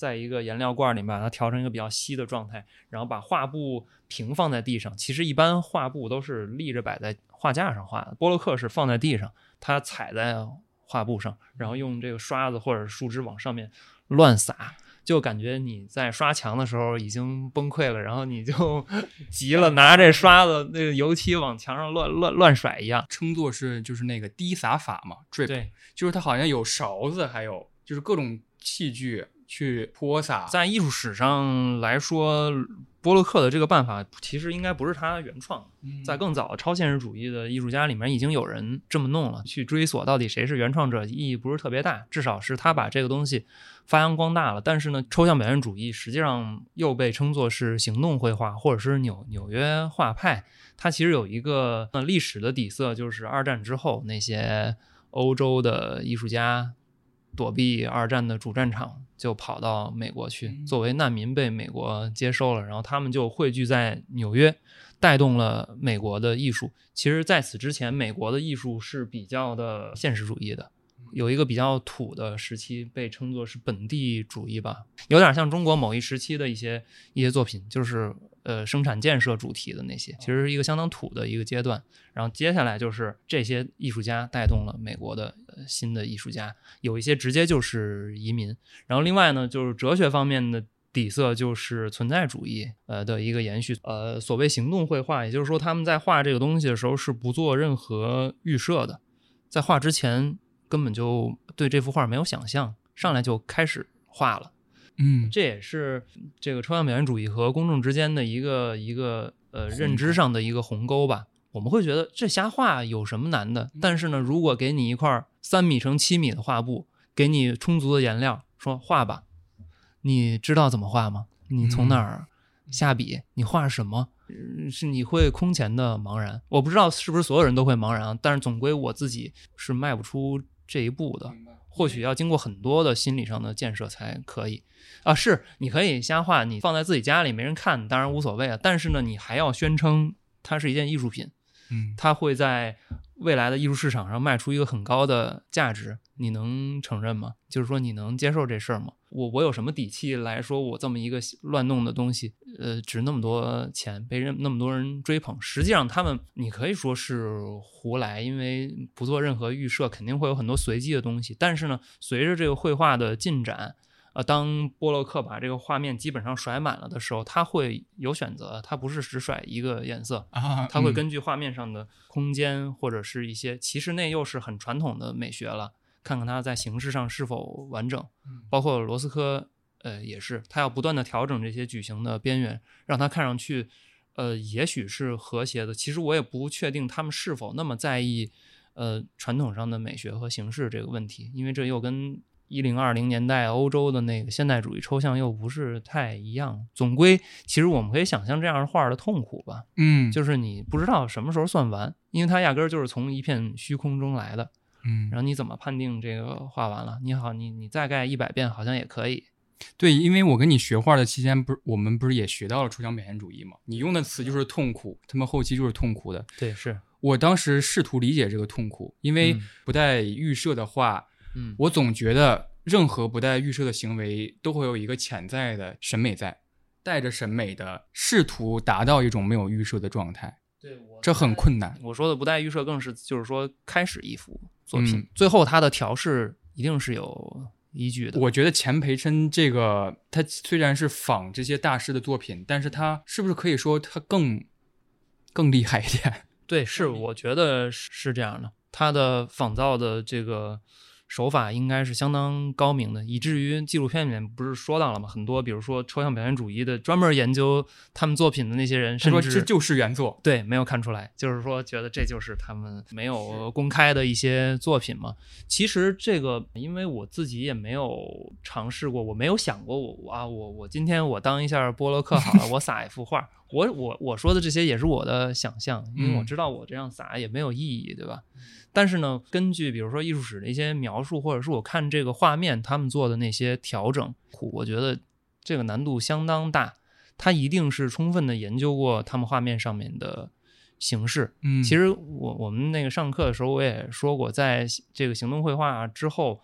在一个颜料罐里面把它调成一个比较稀的状态，然后把画布平放在地上。其实一般画布都是立着摆在画架上画的，波洛克是放在地上，他踩在画布上，然后用这个刷子或者树枝往上面乱撒，就感觉你在刷墙的时候已经崩溃了，然后你就急了，拿这刷子那个油漆往墙上乱乱乱甩一样， 称作是就是那个滴洒法嘛 ，drip， 对， 就是它好像有勺子，还有就是各种器具去泼洒。 在艺术史上来说，波洛克的这个办法其实应该不是他原创， 嗯、 在更早超现实主义的艺术家里面已经有人这么弄了，去追索到底谁是原创者意义不是特别大，至少是他把这个东西发扬光大了。但是呢，抽象表现主义实际上又被称作是行动绘画或者是纽纽约画派，它其实有一个历史的底色，就是二战之后那些欧洲的艺术家躲避二战的主战场，就跑到美国去，作为难民被美国接收了，然后他们就汇聚在纽约，带动了美国的艺术。其实在此之前，美国的艺术是比较的现实主义的，有一个比较土的时期被称作是本地主义吧，有点像中国某一时期的一些一些作品，就是呃生产建设主题的那些，其实是一个相当土的一个阶段。然后接下来就是这些艺术家带动了美国的、呃、新的艺术家，有一些直接就是移民。然后另外呢，就是哲学方面的底色就是存在主义呃的一个延续。呃，所谓行动绘画，也就是说他们在画这个东西的时候是不做任何预设的，在画之前根本就对这幅画没有想象，上来就开始画了。 嗯， 这也是这个抽象表现主义和公众之间的一个一个呃认知上的一个鸿沟吧。我们会觉得这瞎画有什么难的？但是呢，如果给你一块三米乘七米的画布，给你充足的颜料，说画吧，你知道怎么画吗？你从哪儿下笔？你画什么？是你会空前的茫然。我不知道是不是所有人都会茫然，但是总归我自己是迈不出这一步的。或许要经过很多的心理上的建设才可以啊。是你可以瞎画，你放在自己家里没人看，当然无所谓啊。但是呢，你还要宣称它是一件艺术品。 嗯， 它会在未来的艺术市场上卖出一个很高的价值，你能承认吗？就是说你能接受这事儿吗？我我有什么底气来说我这么一个乱弄的东西，呃，值那么多钱，被人那么多人追捧？实际上他们你可以说是胡来，因为不做任何预设，肯定会有很多随机的东西。但是呢，随着这个绘画的进展，呃，当波洛克把这个画面基本上甩满了的时候，他会有选择，他不是只甩一个颜色啊， 他会根据画面上的空间或者是一些，其实那又是很传统的美学了，看看它在形式上是否完整。包括罗斯科，呃，也是，他要不断的调整这些矩形的边缘，让它看上去，呃，也许是和谐的。其实我也不确定他们是否那么在意，呃，传统上的美学和形式这个问题，因为这又跟一零二零年代欧洲的那个现代主义抽象又不是太一样。总归其实我们可以想象这样的画的痛苦吧， 嗯， 就是你不知道什么时候算完，因为它压根儿就是从一片虚空中来的。 嗯， 然后你怎么判定这个画完了？你好，你你再盖一百遍好像也可以。 对，因为我跟你学画的期间，不是我们不是也学到了抽象表现主义吗？你用的词就是痛苦，他们后期就是痛苦的。 对，是我当时试图理解这个痛苦，因为不带预设的话， 嗯， 我总觉得任何不带预设的行为都会有一个潜在的审美在，带着审美的试图达到一种没有预设的状态。 对，我这很困难。 我说的不带预设更是就是说开始一幅作品， 嗯、 最后它的调试一定是有依据的。 我觉得钱培琛这个，他虽然是仿这些大师的作品，但是他是不是可以说他更更厉害一点？ 对，是，我觉得是这样的。他的仿造的这个手法应该是相当高明的，以至于纪录片里面不是说到了吗？很多比如说抽象表现主义的专门研究他们作品的那些人，甚至说这就是原作， 对，没有看出来，就是说觉得这就是他们没有公开的一些作品嘛。其实这个，因为我自己也没有尝试过，我没有想过我啊，我我今天我当一下波洛克好了，我撒一幅画。我我我说的这些也是我的想象，因为我知道我这样撒也没有意义，对吧？但是呢，根据比如说艺术史的一些描述，或者是我看这个画面他们做的那些调整，我觉得这个难度相当大。他一定是充分的研究过他们画面上面的形式。 嗯， 其实我我们那个上课的时候我也说过，在这个行动绘画之后，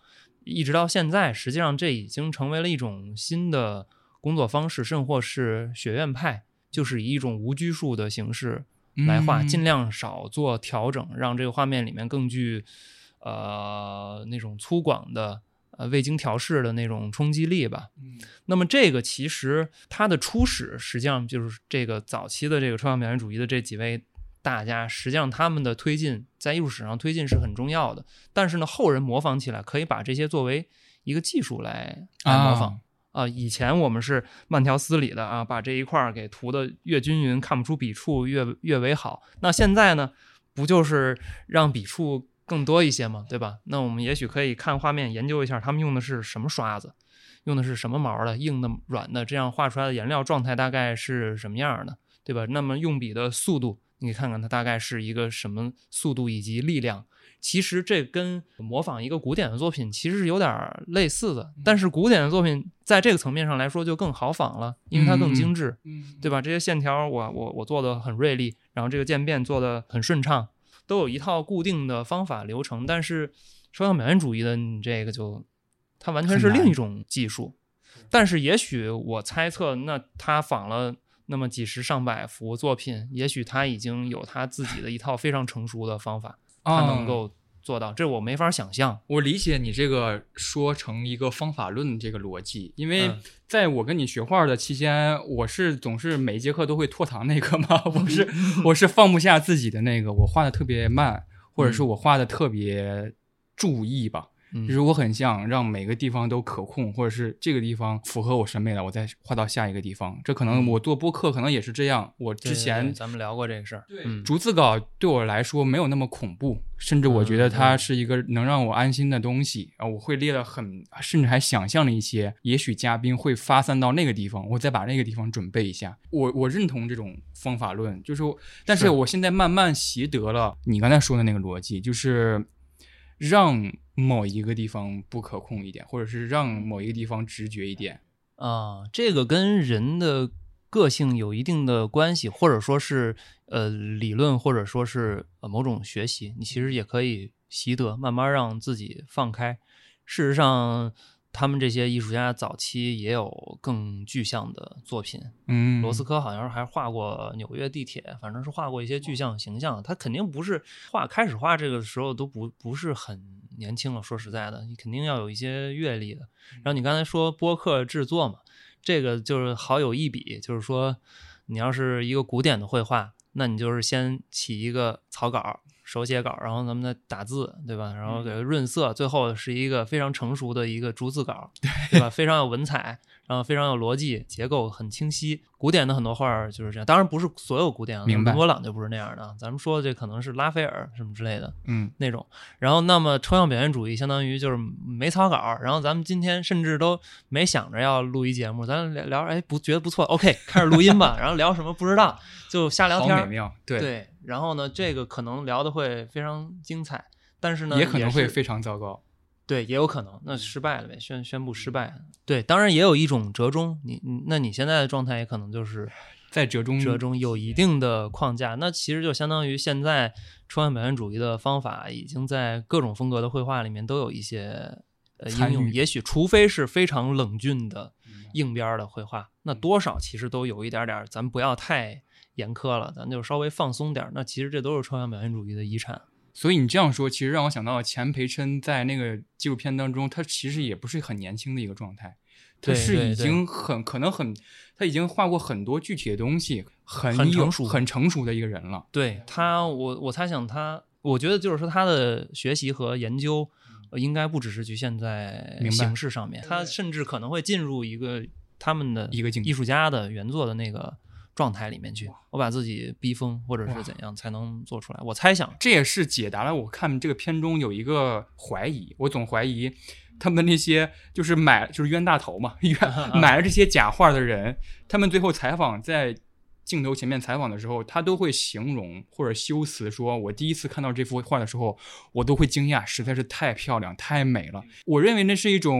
一直到现在，实际上这已经成为了一种新的工作方式，甚或是学院派，就是以一种无拘束的形式来画， 嗯、 尽量少做调整，让这个画面里面更具呃那种粗犷的呃未经调试的那种冲击力吧。 嗯， 那么这个其实它的初始实际上就是这个早期的这个抽象表现主义的这几位大家，实际上他们的推进在艺术史上推进是很重要的，但是呢后人模仿起来可以把这些作为一个技术来来模仿。啊啊，以前我们是慢条斯理的啊，把这一块给涂的越均匀，看不出笔触越越为好。那现在呢，不就是让笔触更多一些吗？对吧？那我们也许可以看画面，研究一下他们用的是什么刷子，用的是什么毛的，硬的、软的，这样画出来的颜料状态大概是什么样的，对吧？那么用笔的速度，你看看它大概是一个什么速度以及力量。其实这跟模仿一个古典的作品其实是有点类似的，但是古典的作品在这个层面上来说就更好仿了，因为它更精致， 嗯， 对吧？这些线条我我我做的很锐利，然后这个渐变做的很顺畅，都有一套固定的方法流程。但是抽象表现主义的你这个就它完全是另一种技术，但是也许我猜测，那他仿了那么几十上百幅作品，也许他已经有他自己的一套非常成熟的方法。他能够做到，这我没法想象。 我理解你这个说成一个方法论这个逻辑，因为在我跟你学画的期间，我是总是每一节课都会拖堂那个嘛，我是我是放不下自己的那个，我画的特别慢，或者是我画的特别注意吧。就是我很想让每个地方都可控，或者是这个地方符合我审美了，我再画到下一个地方。这可能我做播客可能也是这样。我之前对对对咱们聊过这个事儿， 对、嗯，逐字稿对我来说没有那么恐怖，甚至我觉得它是一个能让我安心的东西。然后我会列了很，甚至还想象了一些，也许嘉宾会发散到那个地方，我再把那个地方准备一下。我我认同这种方法论，就是，但是我现在慢慢习得了你刚才说的那个逻辑，就是让某一个地方不可控一点，或者是让某一个地方直觉一点啊，这个跟人的个性有一定的关系，或者说是呃理论，或者说是呃某种学习，你其实也可以习得，慢慢让自己放开。事实上，他们这些艺术家早期也有更具象的作品，嗯，罗斯科好像是还画过纽约地铁，反正是画过一些具象形象。他肯定不是画，开始画这个时候都不不是很年轻了，说实在的，你肯定要有一些阅历的。然后你刚才说播客制作嘛，这个就是好有一比，就是说你要是一个古典的绘画，那你就是先起一个草稿，手写稿，然后咱们再打字，对吧？然后给它润色，最后是一个非常成熟的一个逐字稿，对吧？非常有文采，然后非常有逻辑，结构很清晰。古典的很多画就是这样，当然不是所有古典， 明白？ 伦勃朗就不是那样的。咱们说的这可能是拉斐尔什么之类的， 嗯， 那种。然后，那么抽象表现主义相当于就是没草稿，然后咱们今天甚至都没想着要录一节目，咱聊聊，哎，不觉得不错 ，OK， 开始录音吧。然后聊什么不知道，就瞎聊天， 好美妙，对对。然后呢，这个可能聊的会非常精彩，但是呢， 也可能会非常糟糕。 对，也有可能，那失败了呗，宣宣布失败。对，当然也有一种折中，你那你现在的状态也可能就是在折中， 折中有一定的框架。那其实就相当于现在抽象表现主义的方法已经在各种风格的绘画里面都有一些呃应用，也许除非是非常冷峻的硬边的绘画，那多少其实都有一点点，咱不要太严苛了，咱就稍微放松点。那其实这都是抽象表现主义的遗产。 所以你这样说，其实让我想到钱培琛在那个纪录片当中，他其实也不是很年轻的一个状态，他是已经很可能很，他已经画过很多具体的东西，很很成熟、 很成熟的一个人了。 对他，我我猜想他，我觉得就是说他的学习和研究，呃、应该不只是局限在形式上面，他甚至可能会进入一个他们的一个艺术家的原作的那个状态里面去，我把自己逼疯或者是怎样才能做出来。我猜想这也是解答了我看这个片中有一个怀疑，我总怀疑他们那些就是买就是冤大头嘛，冤买了这些假画的人，他们最后采访在镜头前面采访的时候，他都会形容或者修辞说，我第一次看到这幅画的时候，我都会惊讶，实在是太漂亮太美了。我认为那是一种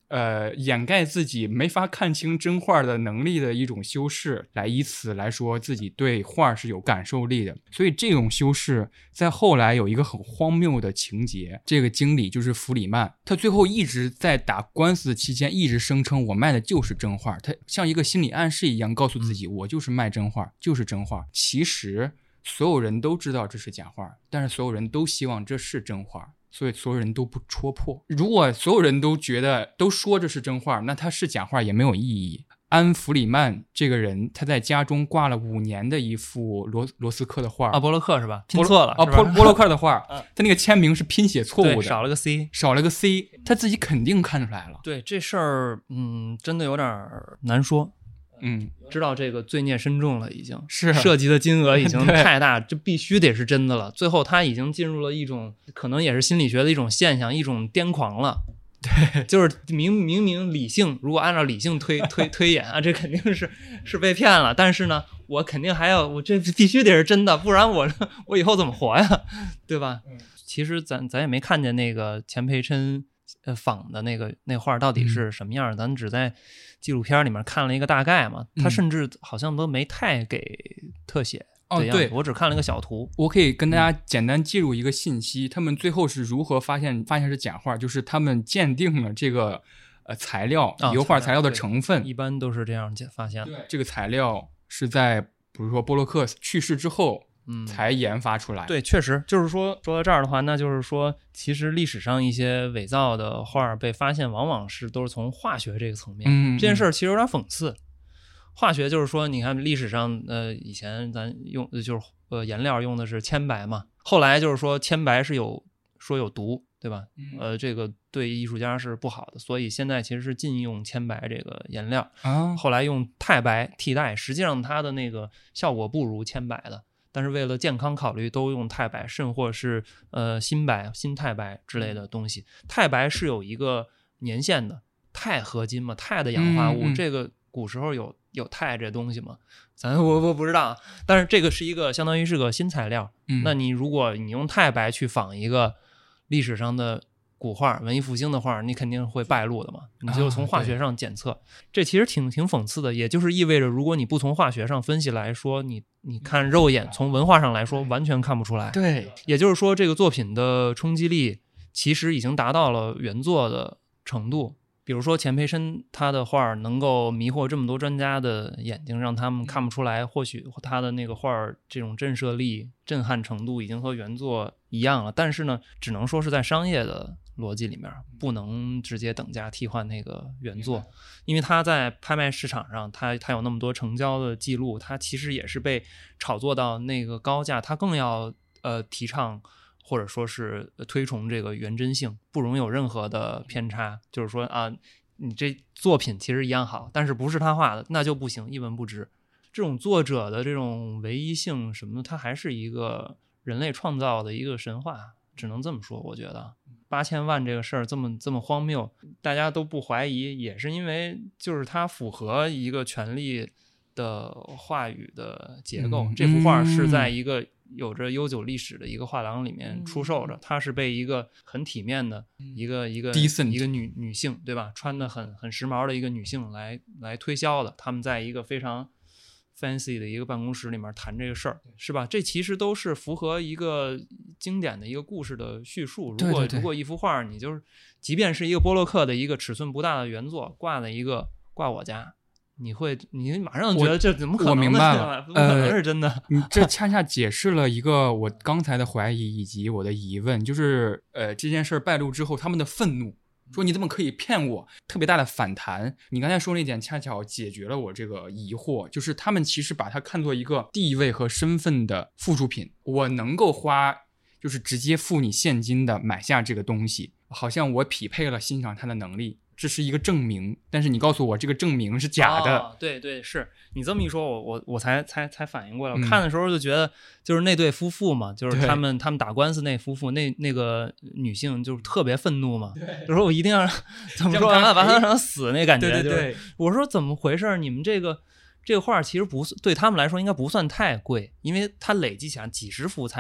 呃掩盖自己没法看清真画的能力的一种修饰，来以此来说自己对画是有感受力的。所以这种修饰在后来有一个很荒谬的情节，这个经理就是弗里曼，他最后一直在打官司期间一直声称我卖的就是真画，他像一个心理暗示一样告诉自己我就是卖真画，就是真画。其实所有人都知道这是假画，但是所有人都希望这是真画，所以所有人都不戳破。如果所有人都觉得都说这是真画，那它是假画也没有意义。安弗里曼这个人，他在家中挂了五年的一幅罗罗斯科的画， 啊，波洛克是吧？拼错了啊，波波洛克的画，他那个签名是拼写错误的， 少了个 C， 少了个 C， 他自己肯定看出来了。 对这事儿，嗯，真的有点难说。 嗯， 知道这个罪孽深重了，已经是涉及的金额已经太大，这必须得是真的了。最后他已经进入了一种可能也是心理学的一种现象，一种癫狂了。 对， 就是明明明理性，如果按照理性推推推演啊，这肯定是是被骗了。但是呢，我肯定还要，我这必须得是真的，不然我我以后怎么活呀，对吧？嗯、其实咱咱也没看见那个钱培琛呃仿的那个那画到底是什么样，嗯、咱只在纪录片里面看了一个大概嘛。他甚至好像都没太给特写。 哦，对， 我只看了一个小图。 我可以跟大家简单记录一个信息，嗯、他们最后是如何发现发现是假画，就是他们鉴定了这个呃材料， 哦、 油画材料的成分， 一般都是这样发现的。 这个材料是在比如说波洛克去世之后，嗯，才研发出来。 对，确实就是说说到这儿的话，那就是说，其实历史上一些伪造的画被发现，往往是都是从化学这个层面。 嗯， 这件事儿其实有点讽刺。化学就是说，你看历史上，呃，以前咱用就是呃颜料用的是铅白嘛，后来就是说铅白是有说有毒，对吧？呃，这个对艺术家是不好的，所以现在其实是禁用铅白这个颜料啊。 后来用钛白替代，实际上它的那个效果不如铅白的，但是为了健康考虑，都用钛白，甚或是呃新白、新钛白之类的东西。钛白是有一个年限的，钛合金嘛，钛的氧化物， 嗯嗯这个古时候有。有钛这东西吗？咱我我不知道，但是这个是一个相当于是个新材料。 嗯， 那你如果你用钛白去仿一个历史上的古画、文艺复兴的画，你肯定会败露的嘛。你就从化学上检测，啊、这其实挺挺讽刺的。也就是意味着，如果你不从化学上分析来说，你你看肉眼从文化上来说，完全看不出来。 对， 也就是说，这个作品的冲击力其实已经达到了原作的程度。比如说钱培琛他的画能够迷惑这么多专家的眼睛，让他们看不出来，或许他的那个画这种震慑力、震撼程度已经和原作一样了。但是呢，只能说是在商业的逻辑里面，不能直接等价替换那个原作，因为他在拍卖市场上，他他有那么多成交的记录，他其实也是被炒作到那个高价，他更要呃提倡。或者说是推崇这个原真性，不容有任何的偏差。就是说啊，你这作品其实一样好，但是不是他画的，那就不行，一文不值。这种作者的这种唯一性什么的，它还是一个人类创造的一个神话，只能这么说。我觉得八千万这个事儿这么这么荒谬，大家都不怀疑，也是因为就是它符合一个权力的话语的结构。 嗯、 这幅画是在一个有着悠久历史的一个画廊里面出售着，它是被一个很体面的一个一个一个女女性，对吧？穿的很很时髦的一个女性来来推销的。他们在一个非常 fancy 的一个办公室里面谈这个事儿，是吧？这其实都是符合一个经典的一个故事的叙述。如果对对对如果一幅画，你就是即便是一个波洛克的一个尺寸不大的原作，挂在一个挂我家。你会，你马上觉得这怎么可能？ 我明白了， 不可能是真的。 呃、你这恰恰解释了一个我刚才的怀疑以及我的疑问，就是呃这件事败露之后，他们的愤怒，说你怎么可以骗我？特别大的反弹。你刚才说那点恰巧解决了我这个疑惑，就是他们其实把它看作一个地位和身份的附属品，我能够花，就是直接付你现金的买下这个东西，好像我匹配了欣赏它的能力。这是一个证明，但是你告诉我这个证明是假的。 哦、对对，是你这么一说，我我我才才才反应过来。我嗯、 看的时候就觉得，就是那对夫妇嘛，就是他们他们打官司那夫妇，那那个女性就是特别愤怒嘛，就说我一定要怎么说完了，把他让他死那感觉。 对对对， 就是、我说怎么回事？你们这个这个画其实不对他们来说应该不算太贵，因为它累积起来几十幅才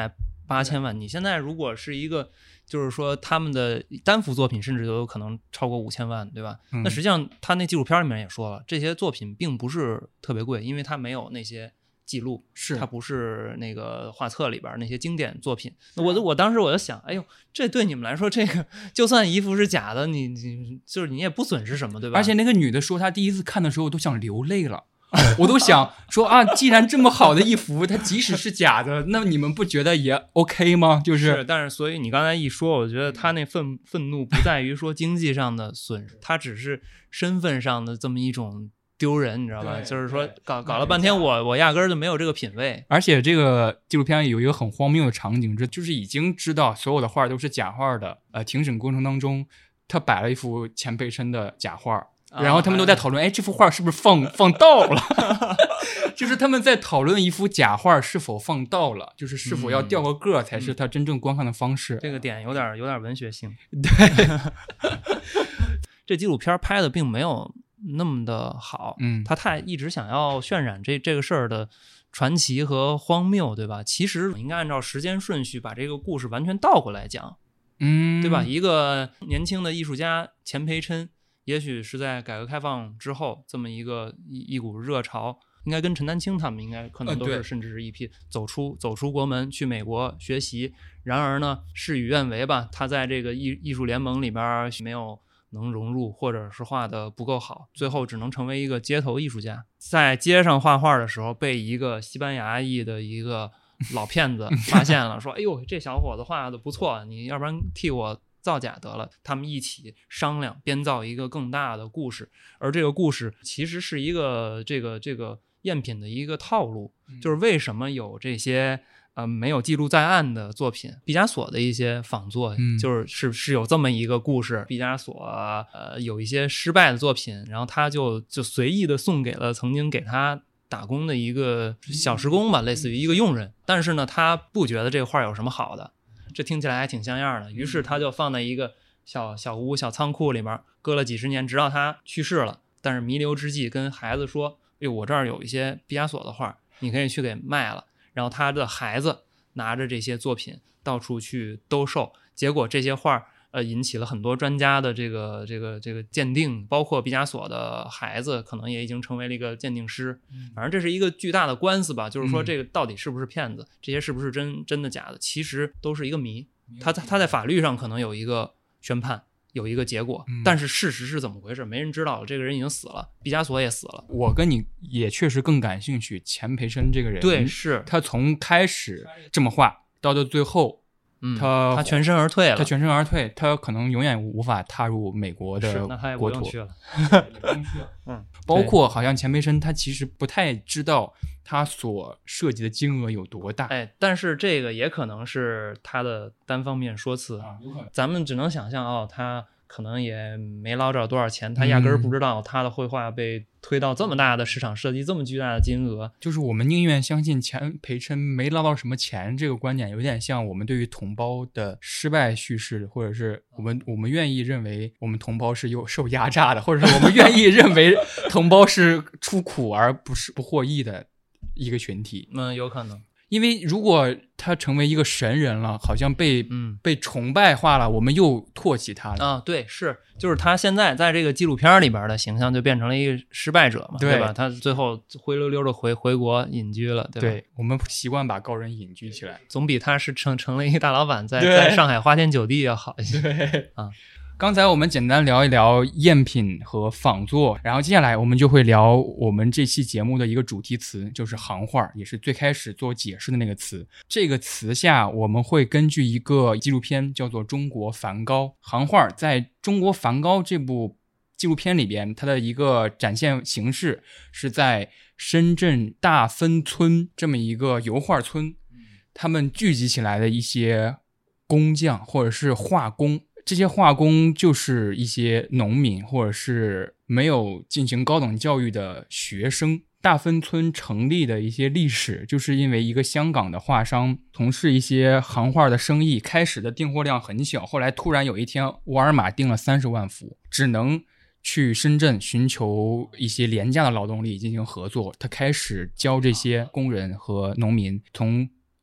八千万。你现在如果是一个，就是说他们的单幅作品，甚至都有可能超过五千万，对吧？ 嗯、 那实际上他那纪录片里面也说了，这些作品并不是特别贵，因为它没有那些记录， 是它不是那个画册里边那些经典作品。那我我当时我就想，哎呦，这对你们来说，这个就算衣服是假的，你你就是你也不损失什么，对吧？ 而且那个女的说，她第一次看的时候都想流泪了。我都想说啊，既然这么好的一幅，它即使是假的，那你们不觉得也 OK 吗？就是， 是但是所以你刚才一说，我觉得他那愤愤怒不在于说经济上的损失，他只是身份上的这么一种丢人，你知道吧？就是说搞搞了半天，我我压根儿就没有这个品位。 而且这个纪录片有一个很荒谬的场景，这就是已经知道所有的画都是假画的。呃，庭审过程当中，他摆了一幅钱培琛的假画。然后他们都在讨论，哎，这幅画是不是放放倒了？就是他们在讨论一幅假画是否放倒了，就是是否要掉个个才是他真正观看的方式。 嗯、这个点有点有点文学性。 对， 这纪录片拍的并没有那么的好， 嗯， 他太一直想要渲染这这个事儿的传奇和荒谬，对吧？其实应该按照时间顺序把这个故事完全倒过来讲， 嗯， 对吧？一个年轻的艺术家钱培琛。也许是在改革开放之后，这么一个一一股热潮，应该跟陈丹青他们应该可能都是甚至是一批走出、呃、走出国门去美国学习。然而呢，事与愿违吧，他在这个艺艺术联盟里边没有能融入，或者是画的不够好，最后只能成为一个街头艺术家。在街上画画的时候，被一个西班牙裔的一个老骗子发现了，说：“哎呦，这小伙子画的不错，你要不然替我。”造假得了，他们一起商量编造一个更大的故事，而这个故事其实是一个这个这个赝品的一个套路，就是为什么有这些呃没有记录在案的作品，毕加索的一些仿作， 嗯、 就是是是有这么一个故事，毕加索呃有一些失败的作品，然后他就就随意的送给了曾经给他打工的一个小时工吧，类似于一个佣人，但是呢，他不觉得这个画有什么好的。这听起来还挺像样的，于是他就放在一个小小屋小仓库里面搁了几十年，直到他去世了。但是弥留之际跟孩子说：“哎，我这儿有一些毕加索的画，你可以去给卖了。”然后他的孩子拿着这些作品到处去兜售，结果这些画呃引起了很多专家的这个这个这个鉴定，包括毕加索的孩子可能也已经成为了一个鉴定师。反正这是一个巨大的官司吧，就是说这个到底是不是骗子，这些是不是真真的假的，其实都是一个谜。他他在法律上可能有一个宣判，有一个结果，但是事实是怎么回事没人知道了。这个人已经死了，毕加索也死了。 我跟你也确实更感兴趣钱培琛这个人， 对，是他从开始这么画到到最后。 嗯， 他他全身而退了， 他全身而退，他可能永远无法踏入美国的国土。 是，那他也不用去了。 嗯，包括好像钱培琛，他其实不太知道他所涉及的金额有多大。 哎，但是这个也可能是他的单方面说辞啊，有可能。 咱们只能想象哦，他可能也没捞着多少钱，他压根儿不知道他的绘画被推到这么大的市场，涉及这么巨大的金额。 就是我们宁愿相信钱培琛没捞到什么钱这个观点，有点像我们对于同胞的失败叙事，或者是我们我们愿意认为我们同胞是有受压榨的，或者是我们愿意认为同胞是出苦而不是不获益的一个群体。 嗯，有可能。 因为如果他成为一个神人了，好像被嗯被崇拜化了，我们又唾弃他了啊。对，是，就是他现在在这个纪录片里边的形象就变成了一个失败者嘛， 对, 对吧？他最后灰溜溜的回回国隐居了，对吧？ 对，我们习惯把高人隐居起来， 总比他是成成了一个大老板在在上海花天酒地要好一些。 对啊。 刚才我们简单聊一聊赝品和仿作，然后接下来我们就会聊我们这期节目的一个主题词，就是行话，也是最开始做解释的那个词。这个词下我们会根据一个纪录片叫做《中国梵高》，行话在中国梵高这部纪录片里边，它的一个展现形式是在深圳大芬村这么一个油画村，他们聚集起来的一些工匠或者是画工，这些画工就是一些农民或者是没有进行高等教育的学生。大芬村成立的一些历史，就是因为一个香港的画商从事一些行画的生意，开始的订货量很小，后来突然有一天沃尔玛订了三十万幅，只能去深圳寻求一些廉价的劳动力进行合作。他开始教这些工人和农民从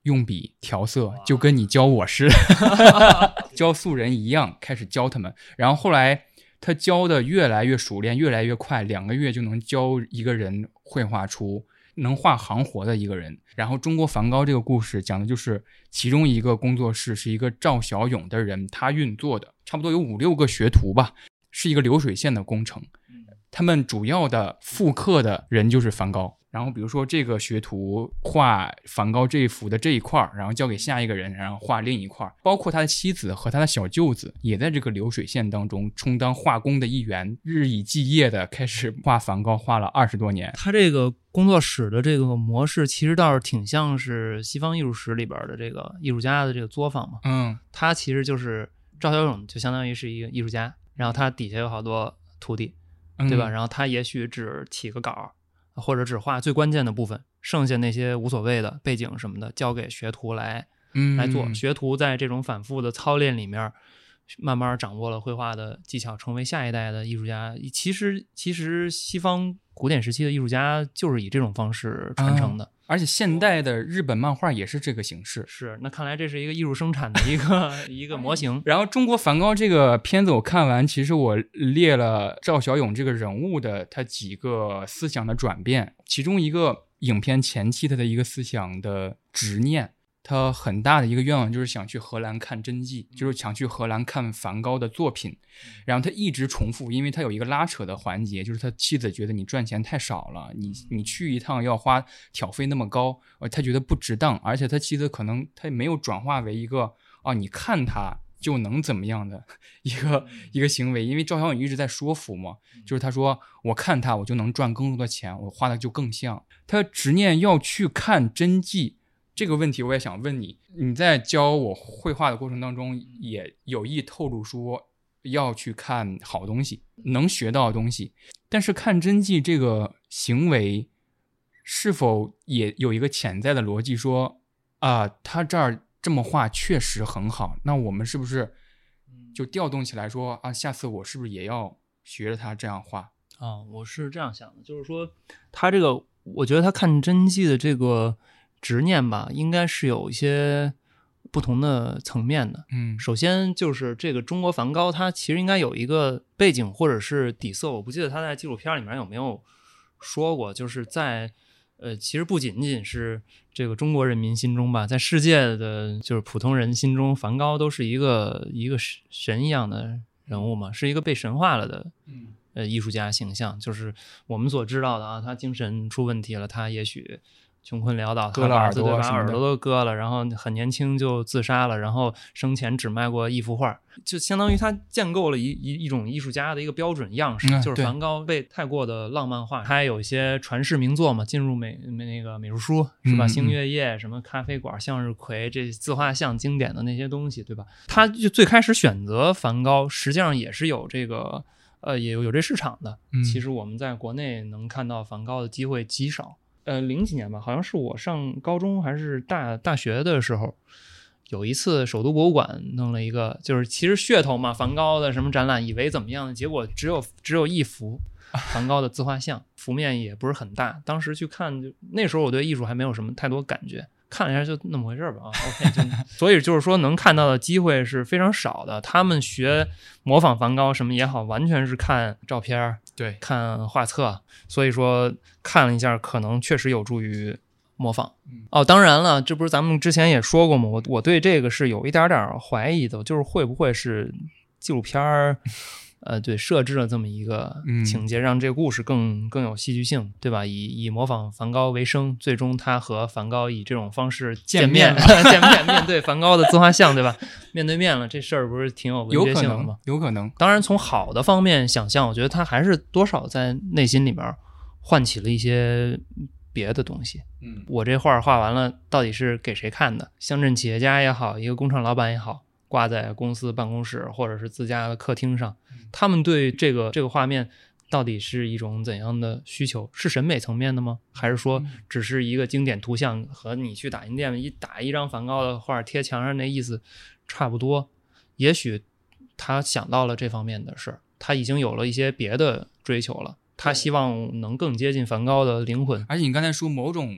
用笔调色，就跟你教我似的教素人一样，开始教他们。然后后来他教的越来越熟练，越来越快，两个月就能教一个人绘画出能画行活的一个人。然后中国梵高这个故事讲的就是其中一个工作室是一个赵小勇的人他运作的，差不多有五六个学徒吧，是一个流水线的工程。他们主要的复刻的人就是梵高，然后比如说这个学徒画梵高这一幅的这一块，然后交给下一个人，然后画另一块，包括他的妻子和他的小舅子也在这个流水线当中充当画工的一员，日以继夜的开始画梵高，画了二十多年。 他这个工作室的这个模式其实倒是挺像是西方艺术史里边的这个艺术家的这个作坊嘛。 嗯， 他其实就是赵小勇就相当于是一个艺术家，然后他底下有好多徒弟，对吧？ 嗯、 然后他也许只起个稿，或者只画最关键的部分，剩下那些无所谓的背景什么的交给学徒来、嗯、来做。学徒在这种反复的操练里面慢慢掌握了绘画的技巧，成为下一代的艺术家。其实其实西方古典时期的艺术家就是以这种方式传承的、啊、 而且现代的日本漫画也是这个形式。 是，那看来这是一个艺术生产的一个一个模型。 然后中国梵高这个片子我看完，其实我列了赵小勇这个人物的他几个思想的转变，其中一个影片前期他的一个思想的执念，他很大的一个愿望就是想去荷兰看真迹，就是想去荷兰看梵高的作品。然后他一直重复，因为他有一个拉扯的环节，就是他妻子觉得你赚钱太少了，你你去一趟要花挑费那么高，他觉得不值当。而且他妻子可能他没有转化为一个啊你看他就能怎么样的一个一个行为，因为赵小勇一直在说服嘛，就是他说我看他我就能赚更多的钱，我画的就更像。他执念要去看真迹。这个问题我也想问你，你在教我绘画的过程当中也有意透露说要去看好东西，能学到的东西，但是看真迹这个行为是否也有一个潜在的逻辑说啊、呃，他这儿这么画确实很好，那我们是不是就调动起来说啊，下次我是不是也要学着他这样画啊？我是这样想的，就是说他这个我觉得他看真迹的这个执念吧，应该是有一些不同的层面的。 嗯， 首先就是这个中国梵高，他其实应该有一个背景或者是底色，我不记得他在纪录片里面有没有说过，就是在呃，其实不仅仅是这个中国人民心中吧，在世界的就是普通人心中，梵高都是一个一个神一样的人物嘛，是一个被神化了的呃艺术家形象。就是我们所知道的啊，他精神出问题了，他也许穷困潦倒， 割了耳朵， 把耳朵都割了，然后很年轻就自杀了，然后生前只卖过一幅画，就相当于他建构了一一一种艺术家的一个标准样式、嗯、就是梵高被太过的浪漫化。他有一些传世名作嘛，进入美那个美术书是吧？嗯、星月夜、什么咖啡馆、向日葵，这自画像经典的那些东西，对吧？他就最开始选择梵高，实际上也是有这个呃也有有这市场的、嗯。其实我们在国内能看到梵高的机会极少。呃，零几年吧，好像是我上高中还是大大学的时候，有一次首都博物馆弄了一个，就是其实噱头嘛，梵高的什么展览，以为怎么样的，结果只有只有一幅梵高的自画像，幅面也不是很大。当时去看，就那时候我对艺术还没有什么太多感觉，看了一下就那么回事吧。啊 ，OK， 就所以就是说能看到的机会是非常少的。他们学模仿梵高什么也好，完全是看照片， 对， 看画册。所以说看了一下，可能确实有助于模仿。 嗯、 哦，当然了，这不是咱们之前也说过吗？我我对这个是有一点点怀疑的，就是会不会是纪录片儿，呃，对，设置了这么一个情节，嗯、让这个故事更更有戏剧性，对吧？以以模仿梵高为生，最终他和梵高以这种方式见面，见面面对梵高的自画像，对吧？面对面了，这事儿不是挺有文学性的吗？ 有可能，有可能。 当然，从好的方面想象，我觉得他还是多少在内心里边唤起了一些别的东西。 嗯， 我这画画完了，到底是给谁看的？乡镇企业家也好，一个工厂老板也好，挂在公司办公室或者是自家的客厅上，他们对这个这个画面到底是一种怎样的需求？是审美层面的吗？还是说只是一个经典图像，和你去打印店一打一张梵高的画贴墙上那意思差不多？也许他想到了这方面的事儿，他已经有了一些别的追求了，他希望能更接近梵高的灵魂。 而且你刚才说某种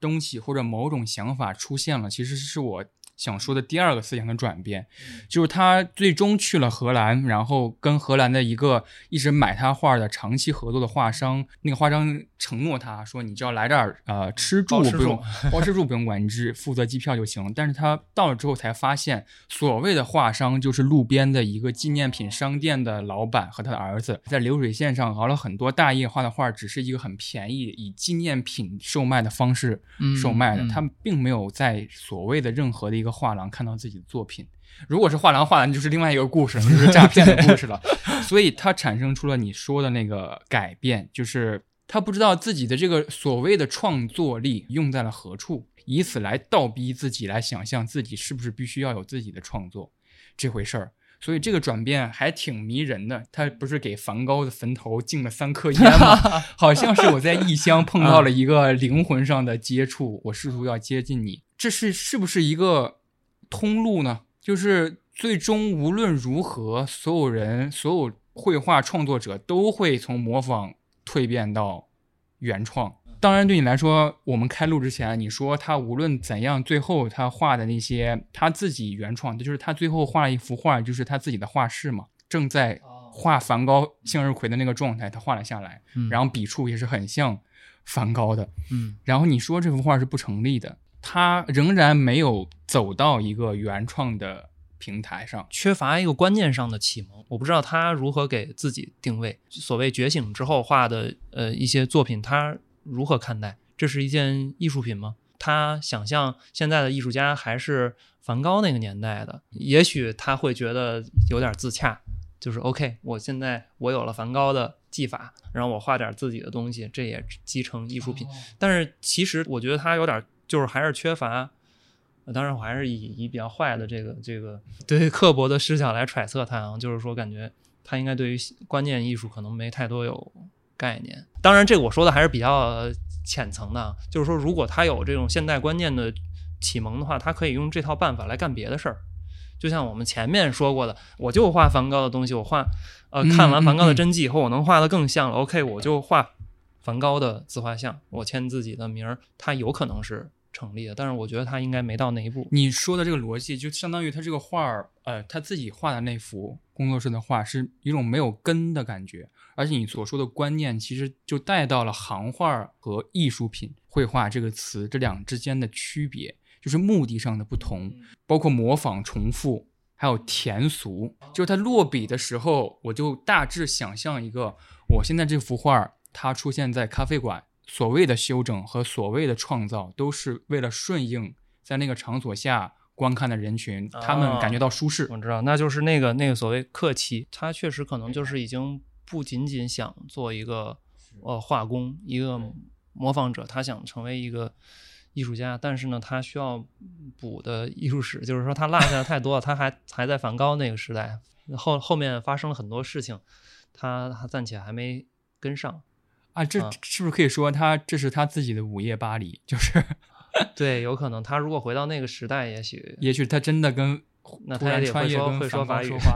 东西或者某种想法出现了，其实是我想说的第二个思想的转变，就是他最终去了荷兰，然后跟荷兰的一个一直买他画的长期合作的画商，那个画商承诺他说你只要来这儿呃吃住不用包吃住不用管，你只负责机票就行。但是他到了之后才发现，所谓的画商就是路边的一个纪念品商店的老板和他的儿子，在流水线上熬了很多大叶画的画，只是一个很便宜以纪念品售卖的方式售卖的，嗯嗯、他们并没有在所谓的任何的一个画廊看到自己的作品。如果是画廊画的，那就是另外一个故事了，就是诈骗的故事了。所以他产生出了你说的那个改变，就是他不知道自己的这个所谓的创作力用在了何处，以此来倒逼自己来想象自己是不是必须要有自己的创作这回事儿。所以这个转变还挺迷人的。他不是给梵高的坟头敬了三颗烟吗？好像是我在异乡碰到了一个灵魂上的接触，我试图要接近你。这是是不是一个通路呢？就是最终无论如何，所有人所有绘画创作者都会从模仿蜕变到原创。当然对你来说，我们开录之前你说他无论怎样，最后他画的那些他自己原创，就是他最后画了一幅画，就是他自己的画室嘛，正在画梵高向日葵的那个状态，他画了下来，嗯、然后笔触也是很像梵高的， 嗯， 然后你说这幅画是不成立的，他仍然没有走到一个原创的平台上， 缺乏一个观念上的启蒙。我不知道他如何给自己定位，所谓觉醒之后画的呃一些作品，他如何看待？这是一件艺术品吗？他想象现在的艺术家还是梵高那个年代的，也许他会觉得有点自洽，就是 OK， 我现在我有了梵高的技法，然后我画点自己的东西，这也继承艺术品。但是其实我觉得他有点就是还是缺乏，当然我还是以以比较坏的这个这个对刻薄的视角来揣测他啊，就是说感觉他应该对于观念艺术可能没太多有概念。当然这个我说的还是比较浅层的，就是说如果他有这种现代观念的启蒙的话，他可以用这套办法来干别的事儿。就像我们前面说过的，我就画梵高的东西，我画呃看完梵高的真迹以后，我能画得更像了、嗯嗯、OK， 我就画梵高的自画像，我签自己的名儿，他有可能是成立的，但是我觉得他应该没到那一步。 你说的这个逻辑就相当于他这个画呃他自己画的那幅工作室的画是一种没有根的感觉，而且你所说的观念其实就带到了行画和艺术品绘画这个词这两之间的区别，就是目的上的不同，包括模仿重复还有甜俗。就是他落笔的时候，我就大致想象一个，我现在这幅画它出现在咖啡馆，所谓的修整和所谓的创造都是为了顺应在那个场所下观看的人群，他们感觉到舒适、 哦、我知道，那就是那个那个所谓客气，他确实可能就是已经不仅仅想做一个呃画工，一个模仿者，他想成为一个艺术家，但是呢他需要补的艺术史，就是说他落下的太多了他还还在梵高那个时代，后后面发生了很多事情，他他暂且还没跟上啊，这是不是可以说他这是他自己的午夜巴黎？就是对，有可能他如果回到那个时代，也许也许他真的跟那他也得会说会说法语说话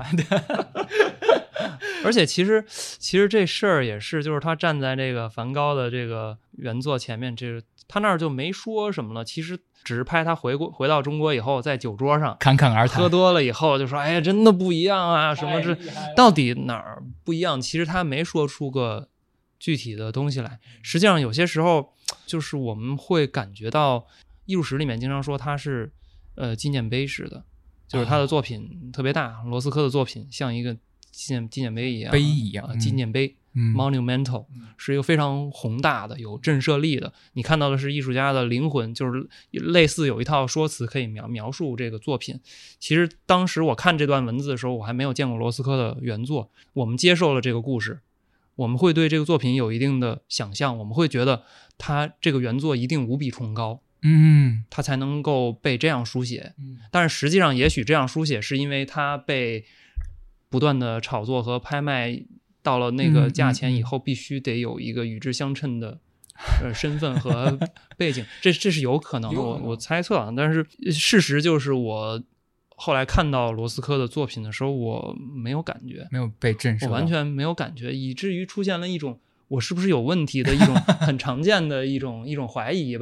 而且其实其实这事儿也是，就是他站在这个梵高的这个原作前面，这他那儿就没说什么了，其实只是拍他回国回到中国以后，在酒桌上侃侃而谈， 喝多了以后就说哎呀真的不一样啊，什么这到底哪儿不一样，其实他没说出个具体的东西来。实际上有些时候就是我们会感觉到艺术史里面经常说它是呃纪念碑式的，就是他的作品特别大，罗斯科的作品像一个纪念纪念碑一样， 碑一样、 呃、纪念碑、 嗯、 monumental、嗯、是一个非常宏大的有震慑力的，你看到的是艺术家的灵魂，就是类似有一套说辞可以描描述这个作品。其实当时我看这段文字的时候，我还没有见过罗斯科的原作，我们接受了这个故事，我们会对这个作品有一定的想象，我们会觉得他这个原作一定无比崇高， 嗯， 他才能够被这样书写。但是实际上也许这样书写是因为他被不断的炒作和拍卖到了那个价钱以后，必须得有一个与之相称的呃身份和背景，这这是有可能的，我我猜测啊。但是事实就是我后来看到罗斯科的作品的时候，我没有感觉， 没有被震慑， 我完全没有感觉，以至于出现了一种我是不是有问题的一种很常见的一种一种怀疑吧。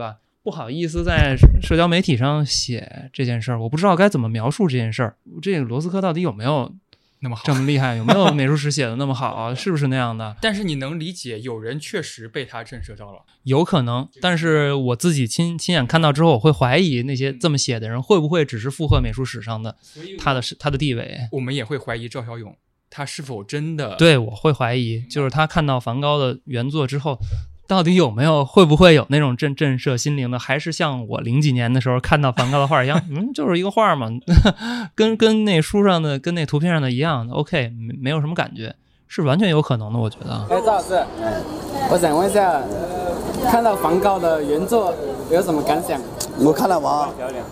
不好意思在社交媒体上写这件事儿，我不知道该怎么描述这件事儿。这个罗斯科到底有没有那么好， 这么厉害？有没有美术史写的那么好啊？是不是那样的？ 但是你能理解，有人确实被他震慑到了， 有可能。但是我自己亲亲眼看到之后，我会怀疑那些这么写的人会不会只是附和美术史上的他的他的地位。 我们也会怀疑赵小勇他是否真的， 对，我会怀疑，就是他看到梵高的原作之后，到底有没有会不会有那种震震慑心灵的，还是像我零几年的时候看到梵高的画一样，嗯，就是一个画嘛，跟跟那书上的跟那图片上的一样 ，OK， 没没有什么感觉，是完全有可能的，我觉得。 哎，赵老师，我想问一下，看到梵高的原作有什么感想？ 我看了完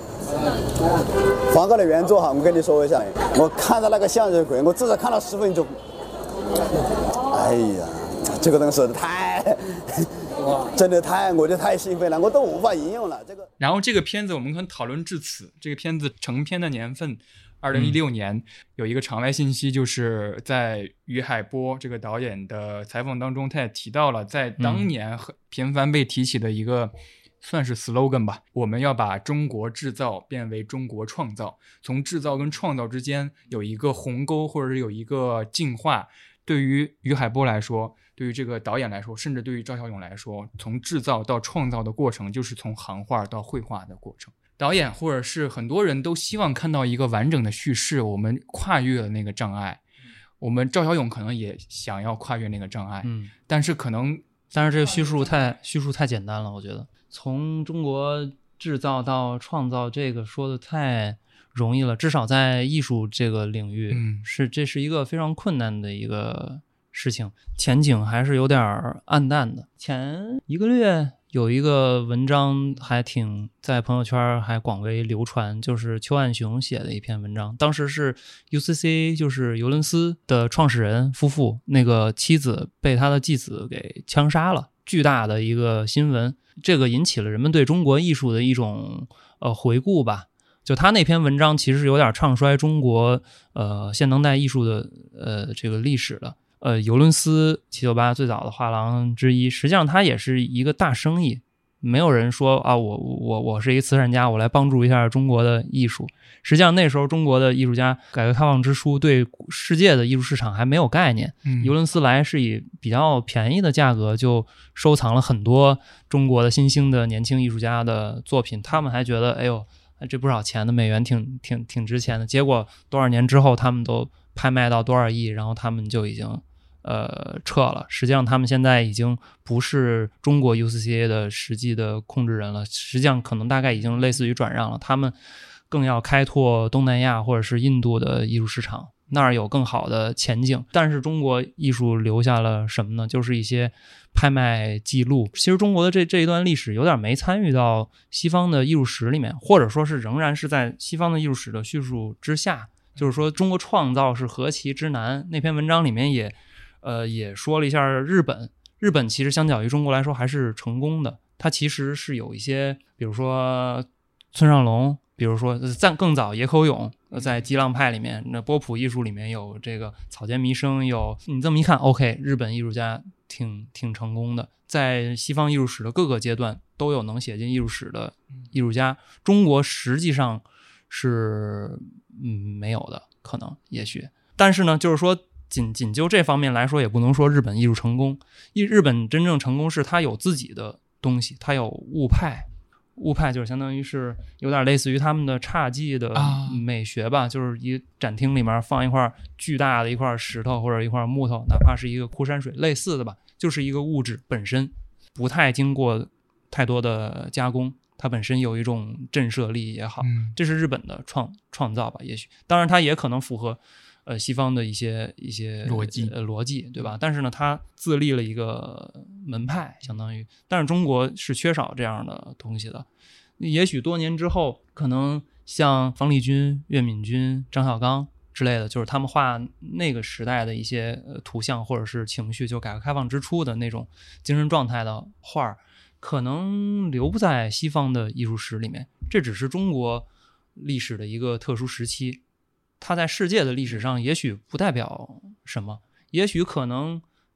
梵高的原作哈，我跟你说一下，我看到那个向日葵，我至少看了十分钟。哎呀，这个东西太，真的太，我就太兴奋了，我都无法形容了。这个。 然后这个片子我们可能讨论至此。这个片子成片的年份，二零一六年、嗯、有一个场外信息，就是在于海波这个导演的采访当中，他也提到了，在当年很频繁被提起的一个。算是 slogan 吧，我们要把中国制造变为中国创造，从制造跟创造之间有一个鸿沟，或者是有一个进化。对于于海波来说，对于这个导演来说，甚至对于赵小勇来说，从制造到创造的过程就是从行画到绘画的过程。导演或者是很多人都希望看到一个完整的叙事，我们跨越了那个障碍。我们赵小勇可能也想要跨越那个障碍，嗯，但是可能但是这个叙述太叙述太简单了，我觉得从中国制造到创造，这个说的太容易了，至少在艺术这个领域，嗯，是这是一个非常困难的一个事情，前景还是有点暗淡的。前一个月有一个文章还挺在朋友圈还广为流传，就是邱岸雄写的一篇文章，当时是 U C C 就是尤伦斯的创始人夫妇，那个妻子被他的继子给枪杀了，巨大的一个新闻，这个引起了人们对中国艺术的一种呃回顾吧。就他那篇文章其实有点唱衰中国呃现当代艺术的呃这个历史了。呃，尤伦斯七九八最早的画廊之一，实际上它也是一个大生意，没有人说啊，我我我是一个慈善家，我来帮助一下中国的艺术。实际上那时候中国的艺术家改革开放之初，对世界的艺术市场还没有概念。嗯，尤伦斯来是以比较便宜的价格就收藏了很多中国的新兴的年轻艺术家的作品，他们还觉得，哎呦，这不少钱的美元挺挺挺值钱的。结果多少年之后，他们都拍卖到多少亿，然后他们就已经。呃，撤了。实际上，他们现在已经不是中国 U C C A 的实际的控制人了。实际上，可能大概已经类似于转让了。他们更要开拓东南亚或者是印度的艺术市场，那儿有更好的前景。但是，中国艺术留下了什么呢？就是一些拍卖记录。其实，中国的这这一段历史有点没参与到西方的艺术史里面，或者说是仍然是在西方的艺术史的叙述之下。就是说，中国创造是何其之难。那篇文章里面也。呃，也说了一下日本，日本其实相较于中国来说还是成功的，它其实是有一些，比如说村上隆，比如说再更早野口勇，在激浪派里面，那波普艺术里面有这个草间弥生，有你这么一看 ，OK， 日本艺术家挺挺成功的，在西方艺术史的各个阶段都有能写进艺术史的艺术家，中国实际上是嗯没有的，可能也许，但是呢，就是说。仅仅就这方面来说，也不能说日本艺术成功。日本真正成功是它有自己的东西，它有物派，物派就是相当于是有点类似于他们的侘寂的美学吧，啊、就是一展厅里面放一块巨大的一块石头或者一块木头，哪怕是一个枯山水，类似的吧，就是一个物质本身不太经过太多的加工。它本身有一种震慑力也好，嗯、这是日本的创创造吧，也许，当然它也可能符合。呃，西方的一些一些逻辑呃逻辑，对吧？但是呢，他自立了一个门派，相当于，但是中国是缺少这样的东西的。也许多年之后，可能像方力钧、岳敏君、张小刚之类的，就是他们画那个时代的一些呃图像或者是情绪，就改革开放之初的那种精神状态的画，可能留不在西方的艺术史里面。这只是中国历史的一个特殊时期。它在世界的历史上也许不代表什么，也许可能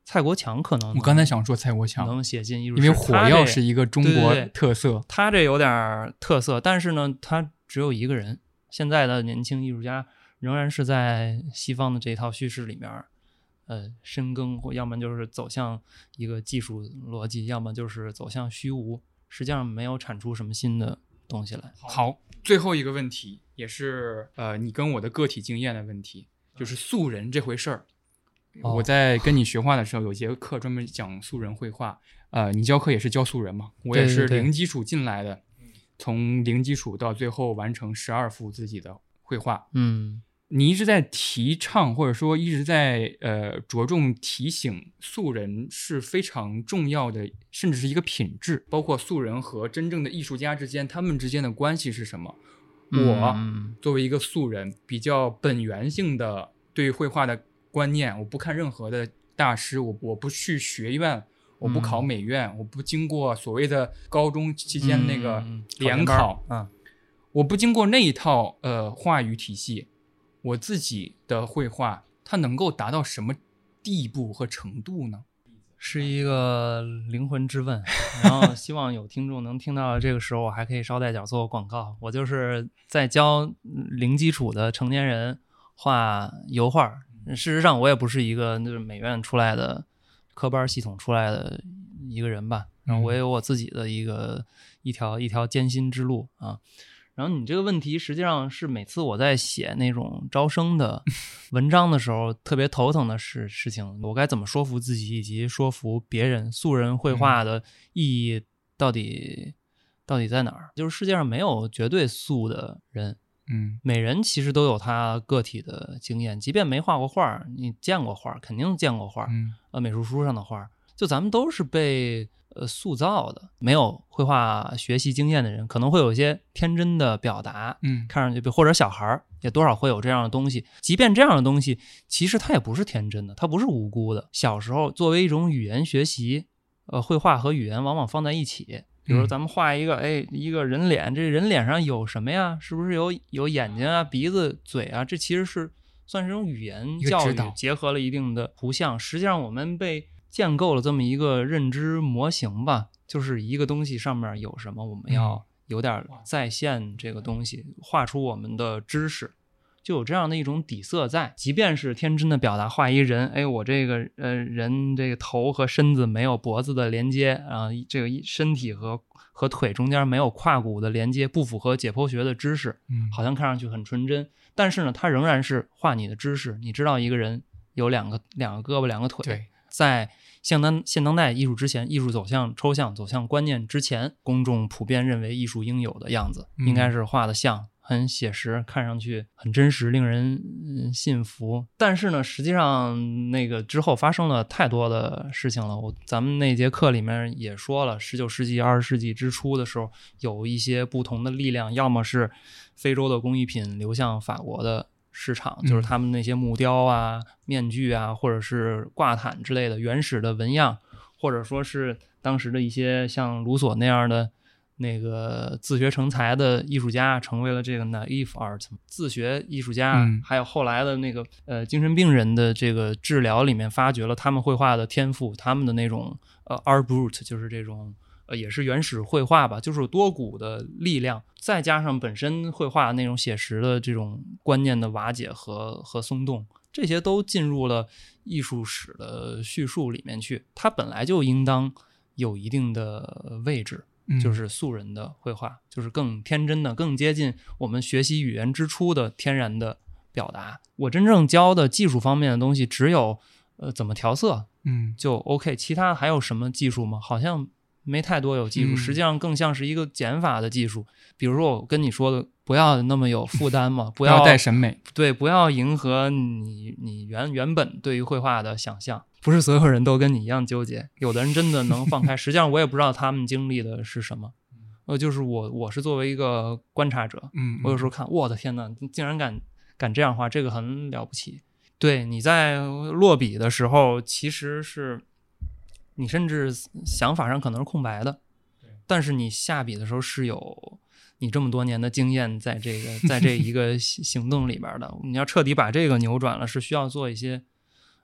蔡国强可能我刚才想说蔡国强能写进艺术史， 因为火药是一个中国特色， 对对对他这有点特色，但是呢，他只有一个人。现在的年轻艺术家仍然是在西方的这一套叙事里面，呃，深耕，或要么就是走向一个技术逻辑，要么就是走向虚无，实际上没有产出什么新的东西来。 好，最后一个问题也是呃你跟我的个体经验的问题，就是素人这回事儿。 哦、 我在跟你学画的时候，有节课专门讲素人绘画，呃，你教课也是教素人嘛，我也是零基础进来的。对对对，从零基础到最后完成十二幅自己的绘画， 嗯， 你一直在提倡或者说一直在呃着重提醒素人是非常重要的，甚至是一个品质，包括素人和真正的艺术家之间，他们之间的关系是什么？ 嗯、 我作为一个素人，比较本源性的对绘画的观念，我不看任何的大师，我我不去学院。我不考美院、嗯、我不经过所谓的高中期间那个联考、 嗯嗯、 我不经过那一套呃话语体系，我自己的绘画它能够达到什么地步和程度呢？ 是一个灵魂之问，然后希望有听众能听到这个时候，我还可以捎带脚做个广告。我就是在教零基础的成年人画油画，事实上我也不是一个就是美院出来的科班系统出来的一个人吧，然后我也有我自己的一个一条一条艰辛之路啊。然后你这个问题实际上是每次我在写那种招生的文章的时候特别头疼的事事情，我该怎么说服自己以及说服别人，素人绘画的意义到底、嗯、到底在哪儿？就是世界上没有绝对素的人， 嗯， 每人其实都有他个体的经验，即便没画过画，你见过画，肯定见过画， 嗯， 呃，美术书上的画，就咱们都是被呃塑造的。没有绘画学习经验的人，可能会有一些天真的表达， 嗯， 看上去或者小孩也多少会有这样的东西。即便这样的东西，其实它也不是天真的，它不是无辜的。小时候作为一种语言学习，呃，绘画和语言往往放在一起。比如咱们画一个，哎，一个人脸，这人脸上有什么呀？是不是有有眼睛啊、鼻子、嘴啊？这其实是算是一种语言教育，结合了一定的图像。实际上，我们被建构了这么一个认知模型吧，就是一个东西上面有什么，我们要有点再现这个东西，画出我们的知识。就有这样的一种底色在，即便是天真的表达，画一人，哎，我这个呃人这个头和身子没有脖子的连接啊，这个身体和和腿中间没有胯骨的连接，不符合解剖学的知识， 嗯， 好像看上去很纯真，但是呢，它仍然是画你的知识。你知道一个人有两个两个胳膊两个腿， 对， 在现当现当代艺术之前，艺术走向抽象走向观念之前，公众普遍认为艺术应有的样子、嗯、应该是画的像。很写实，看上去很真实，令人、嗯、信服。但是呢，实际上那个之后发生了太多的事情了。我咱们那节课里面也说了，十九世纪、二十世纪之初的时候，有一些不同的力量，要么是非洲的工艺品流向法国的市场，就是他们那些木雕啊、面具啊，或者是挂毯之类的原始的纹样，或者说是当时的一些像卢索那样的。那个自学成才的艺术家成为了这个 naive art 自学艺术家、嗯、还有后来的那个呃精神病人的这个治疗里面发掘了他们绘画的天赋，他们的那种呃 art brut 就是这种呃也是原始绘画吧，就是多股的力量，再加上本身绘画那种写实的这种观念的瓦解和和松动，这些都进入了艺术史的叙述里面去，它本来就应当有一定的位置。就是素人的绘画，就是更天真的，更接近我们学习语言之初的天然的表达。我真正教的技术方面的东西只有呃怎么调色， 嗯， 就 OK。其他还有什么技术吗？好像没太多有技术，实际上更像是一个减法的技术。比如说我跟你说的，不要那么有负担嘛，不要带审美， 对，不要迎合你你原原本对于绘画的想象。不是所有人都跟你一样纠结，有的人真的能放开。实际上我也不知道他们经历的是什么，呃，就是我我是作为一个观察者， 嗯， 我有时候看，我的天哪，竟然敢敢这样画，这个很了不起。对，你在落笔的时候，其实是你甚至想法上可能是空白的，但是你下笔的时候是有你这么多年的经验在这个在这一个行动里边的。你要彻底把这个扭转了，是需要做一些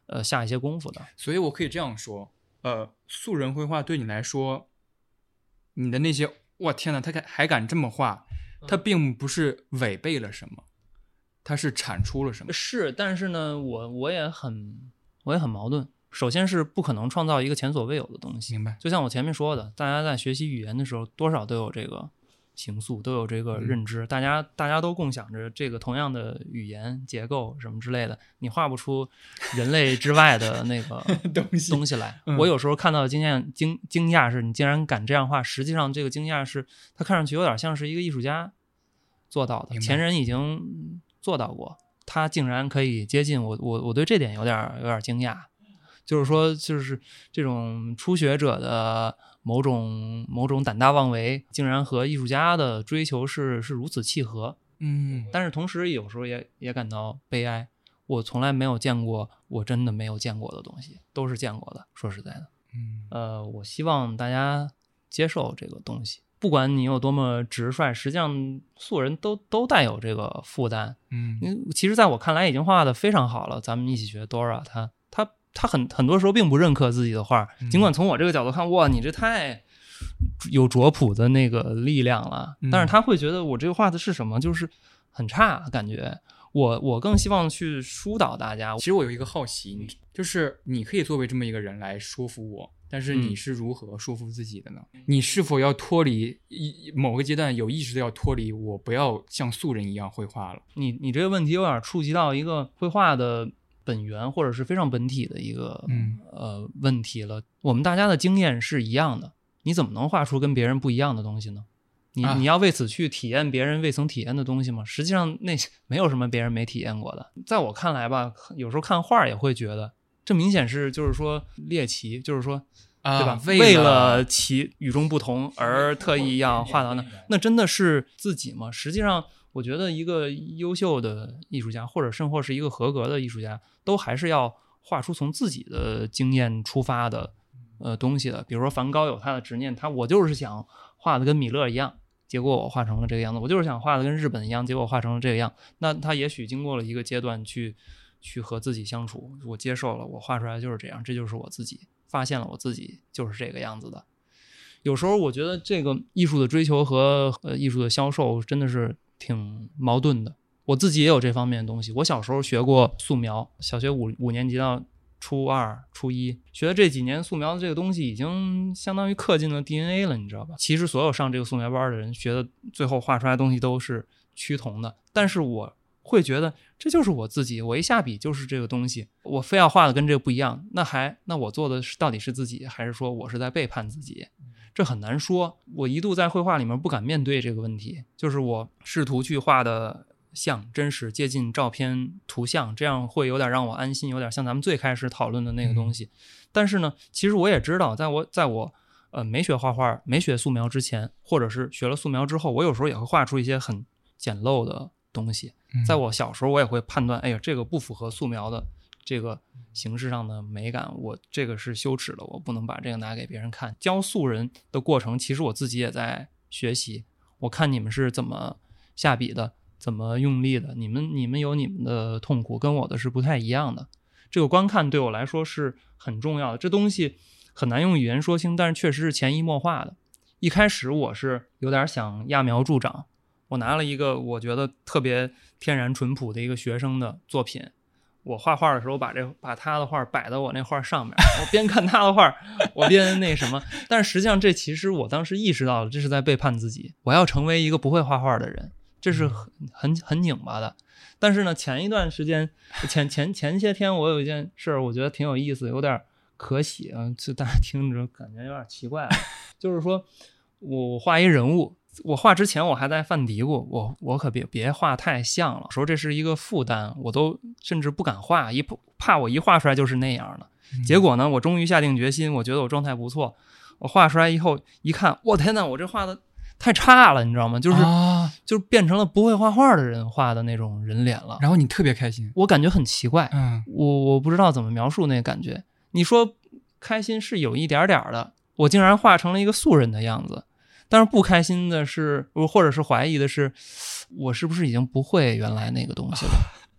呃下一些功夫的。 所以我可以这样说，呃，素人绘画对你来说，你的那些，哇天哪，他还敢这么画，他并不是违背了什么，他是产出了什么。 是，但是呢，我我也很我也很矛盾。首先是不可能创造一个前所未有的东西， 明白？ 就像我前面说的，大家在学习语言的时候，多少都有这个形塑，都有这个认知，嗯、大家大家都共享着这个同样的语言结构什么之类的，你画不出人类之外的那个东西东西来。嗯、我有时候看到惊讶惊惊讶是，你竟然敢这样画，实际上这个惊讶是，它看上去有点像是一个艺术家做到的，前人已经做到过，他竟然可以接近我，我我对这点有点有点惊讶。就是说，就是这种初学者的某种某种胆大妄为，竟然和艺术家的追求是是如此契合。 嗯， 但是同时有时候也也感到悲哀。我从来没有见过我真的没有见过的东西，都是见过的。说实在的， 嗯， 呃，我希望大家接受这个东西，不管你有多么直率，实际上素人都都带有这个负担。 嗯， 其实在我看来已经画得非常好了。咱们一起学 Dora， 他他。他很很多时候并不认可自己的画，尽管从我这个角度看，哇，你这太有卓朴的那个力量了。但是他会觉得我这个画的是什么，就是很差感觉。我我更希望去疏导大家。 其实我有一个好奇，就是你可以作为这么一个人来说服我，但是你是如何说服自己的呢？嗯、你是否要脱离某个阶段，有意识的要脱离，我不要像素人一样绘画了？ 你你这个问题有点触及到一个绘画的本源或者是非常本体的一个、 嗯、 呃问题了。我们大家的经验是一样的，你怎么能画出跟别人不一样的东西呢？你、啊、你要为此去体验别人未曾体验的东西吗？实际上那没有什么别人没体验过的。在我看来吧，有时候看画也会觉得这明显是就是说猎奇，就是说、 啊、 对吧？ 为了, 为了其与众不同而特意要画到那，那真的是自己吗？实际上我觉得一个优秀的艺术家，或者甚或是一个合格的艺术家，都还是要画出从自己的经验出发的呃东西的。比如说梵高有他的执念，他我就是想画的跟米勒一样，结果我画成了这个样子；我就是想画的跟日本一样，结果画成了这个样。那他也许经过了一个阶段去去和自己相处，我接受了，我画出来就是这样，这就是我自己，发现了我自己就是这个样子的。有时候我觉得这个艺术的追求和呃艺术的销售真的是挺矛盾的。我自己也有这方面的东西。我小时候学过素描，小学五五年级到初二、初一学的这几年素描的这个东西，已经相当于刻进了 D N A 了，你知道吧？其实所有上这个素描班的人学的，最后画出来的东西都是趋同的。但是我会觉得这就是我自己，我一下笔就是这个东西，我非要画的跟这个不一样，那还那我做的是到底是自己，还是说我是在背叛自己？这很难说。我一度在绘画里面不敢面对这个问题，就是我试图去画的像真实接近照片图像，这样会有点让我安心，有点像咱们最开始讨论的那个东西。嗯、但是呢，其实我也知道，在我在我呃没学画画、没学素描之前，或者是学了素描之后，我有时候也会画出一些很简陋的东西。 嗯、 在我小时候，我也会判断，哎呀，这个不符合素描的这个形式上的美感，我这个是羞耻的，我不能把这个拿给别人看。教素人的过程，其实我自己也在学习。我看你们是怎么下笔的，怎么用力的，你们你们有你们的痛苦，跟我的是不太一样的。这个观看对我来说是很重要的，这东西很难用语言说清，但是确实是潜移默化的。一开始我是有点想揠苗助长，我拿了一个我觉得特别天然淳朴的一个学生的作品，我画画的时候把这把他的画摆到我那画上面，我边看他的画我边那什么。但是实际上这其实我当时意识到了，这是在背叛自己，我要成为一个不会画画的人，这是很很很拧巴的。但是呢，前一段时间前前前些天我有一件事我觉得挺有意思，有点可喜啊，就大家听着感觉有点奇怪了。就是说我画一人物，我画之前我还在犯嘀咕，我我可别别画太像了，说这是一个负担，我都甚至不敢画，一怕我一画出来就是那样的。嗯、结果呢，我终于下定决心，我觉得我状态不错，我画出来以后一看，我天哪，我这画的太差了，你知道吗？就是、啊、就是变成了不会画画的人画的那种人脸了。 然后你特别开心， 我感觉很奇怪， 嗯， 我我不知道怎么描述那个感觉。你说开心是有一点点的，我竟然画成了一个素人的样子。但是不开心的是，或者是怀疑的是，我是不是已经不会原来那个东西了？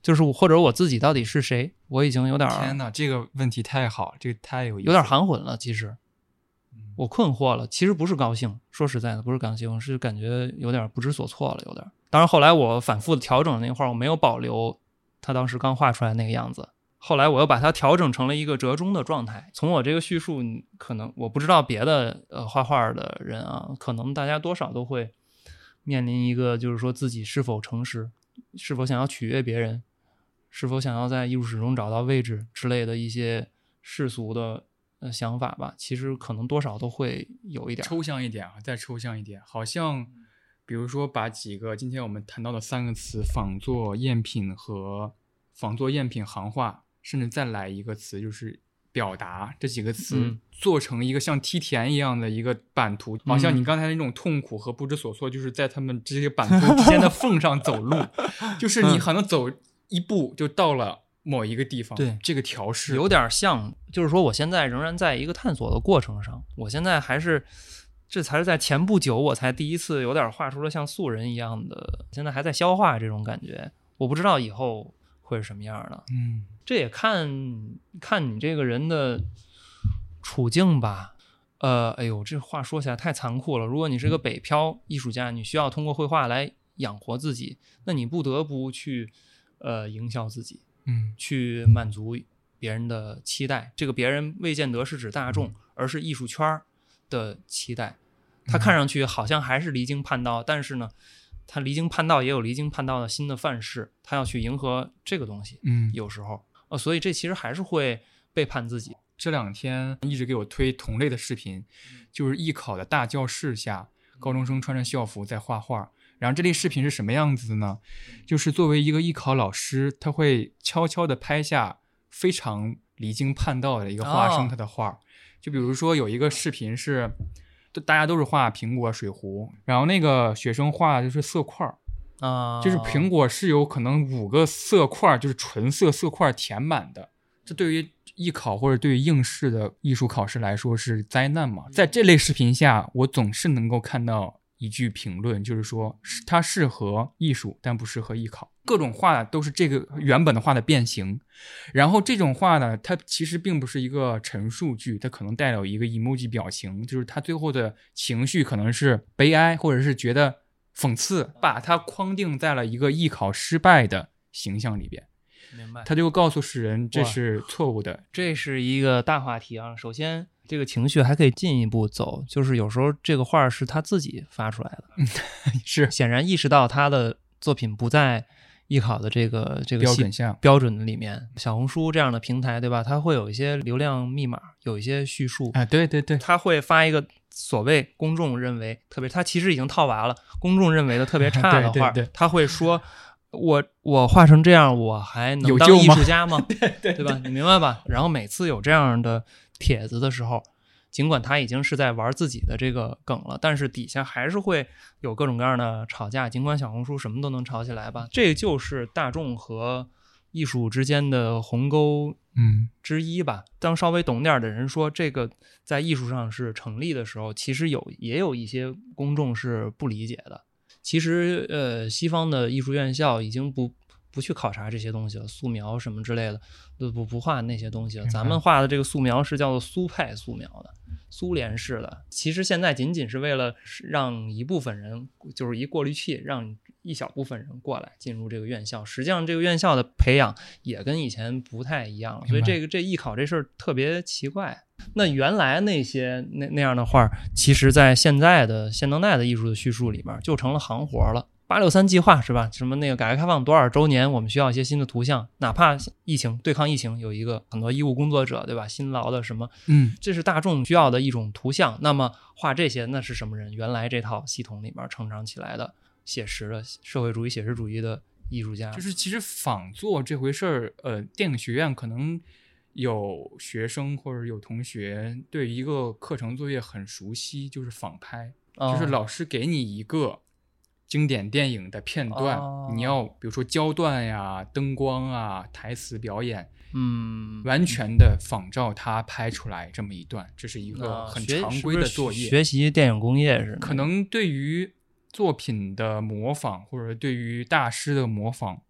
就是或者我自己到底是谁，我已经有点天哪，这个问题太好，这个太有意思了， 有点含混了。其实我困惑了，其实不是高兴，说实在的不是高兴，是感觉有点不知所措了，有点。当然后来我反复的调整那块儿，我没有保留他当时刚画出来那个样子，后来我又把它调整成了一个折中的状态。从我这个叙述，可能我不知道别的呃画画的人啊，可能大家多少都会面临一个，就是说自己是否诚实，是否想要取悦别人，是否想要在艺术史中找到位置之类的一些世俗的呃想法吧。其实可能多少都会有一点抽象一点啊，再抽象一点，好像比如说把几个今天我们谈到的三个词仿作、赝品和仿作、赝品、行话，甚至再来一个词就是表达，这几个词、 嗯、 做成一个像梯田一样的一个版图、嗯、好像你刚才那种痛苦和不知所措就是在他们这些版图之间的缝上走路就是你可能走一步就到了某一个地方。 对， 这个调试有点像，就是说我现在仍然在一个探索的过程上，我现在还是这才是在前不久我才第一次有点画出了像素人一样的，现在还在消化这种感觉，我不知道以后会是什么样的。 嗯， 这也看看你这个人的处境吧。呃，哎呦，这话说起来太残酷了。如果你是个北漂艺术家，你需要通过绘画来养活自己，那你不得不去呃营销自己， 嗯， 去满足别人的期待。这个别人未见得是指大众，而是艺术圈的期待。他看上去好像还是离经叛道，但是呢，他离经叛道也有离经叛道的新的范式，他要去迎合这个东西。 嗯， 有时候。呃，所以这其实还是会背叛自己。 这两天一直给我推同类的视频，就是艺考的大教室下，高中生穿着校服在画画。然后这类视频是什么样子的呢？就是作为一个艺考老师，他会悄悄地拍下非常离经叛道的一个画生他的画。哦、就比如说有一个视频是，大家都是画苹果、水壶，然后那个学生画的就是色块。 啊， 就是苹果是有可能五个色块，就是纯色色块填满的。这对于艺考或者对于应试的艺术考试来说是灾难嘛？在这类视频下，我总是能够看到一句评论，就是说它适合艺术，但不适合艺考。各种画都是这个原本的画的变形，然后这种画呢，它其实并不是一个陈述句，它可能带有一个 emoji 表情，就是它最后的情绪可能是悲哀，或者是觉得讽刺，把它框定在了一个艺考失败的形象里边。 明白， 他就告诉世人这是错误的。 这是一个大话题啊。首先这个情绪还可以进一步走，就是有时候这个画是他自己发出来的， 是显然意识到他的作品不在艺考的这个这个标准下标准里面。小红书这样的平台，对吧？它会有一些流量密码，有一些叙述啊，对对对， 他会发一个所谓公众认为特别，他其实已经套娃了，公众认为的特别差的画， 对对对， 他会说我我画成这样，我还能当艺术家吗？ 对对 对, 对吧？你明白吧？然后每次有这样的帖子的时候，尽管他已经是在玩自己的这个梗了，但是底下还是会有各种各样的吵架。尽管小红书什么都能吵起来吧，这就是大众和艺术之间的鸿沟嗯之一吧。嗯、当稍微懂点的人说这个在艺术上是成立的时候，其实有也有一些公众是不理解的。其实呃，西方的艺术院校已经不不去考察这些东西了，素描什么之类的都不不画那些东西了。咱们画的这个素描是叫做苏派素描的，苏联式的。其实现在仅仅是为了让一部分人，就是一过滤器，让一小部分人过来进入这个院校。实际上这个院校的培养也跟以前不太一样了，所以这个这艺考这事儿特别奇怪。那原来那些那那样的画，其实在现在的现当代的艺术的叙述里边就成了行活了。八六三计划是吧？什么那个改革开放多少周年，我们需要一些新的图像，哪怕疫情对抗疫情有一个很多医务工作者对吧？辛劳的什么， 嗯， 这是大众需要的一种图像。那么画这些那是什么人？原来这套系统里面成长起来的写实的社会主义写实主义的艺术家， 就是其实仿作这回事儿，呃，电影学院可能有学生或者有同学对一个课程作业很熟悉，就是仿拍， 哦、 就是老师给你一个经典电影的片段， 哦、 你要比如说焦段呀、灯光啊、台词表演， 嗯， 完全的仿照它拍出来这么一段，这是一个很常规的作业。 啊、学, 学习电影工业是可能对于作品的模仿或者对于大师的模仿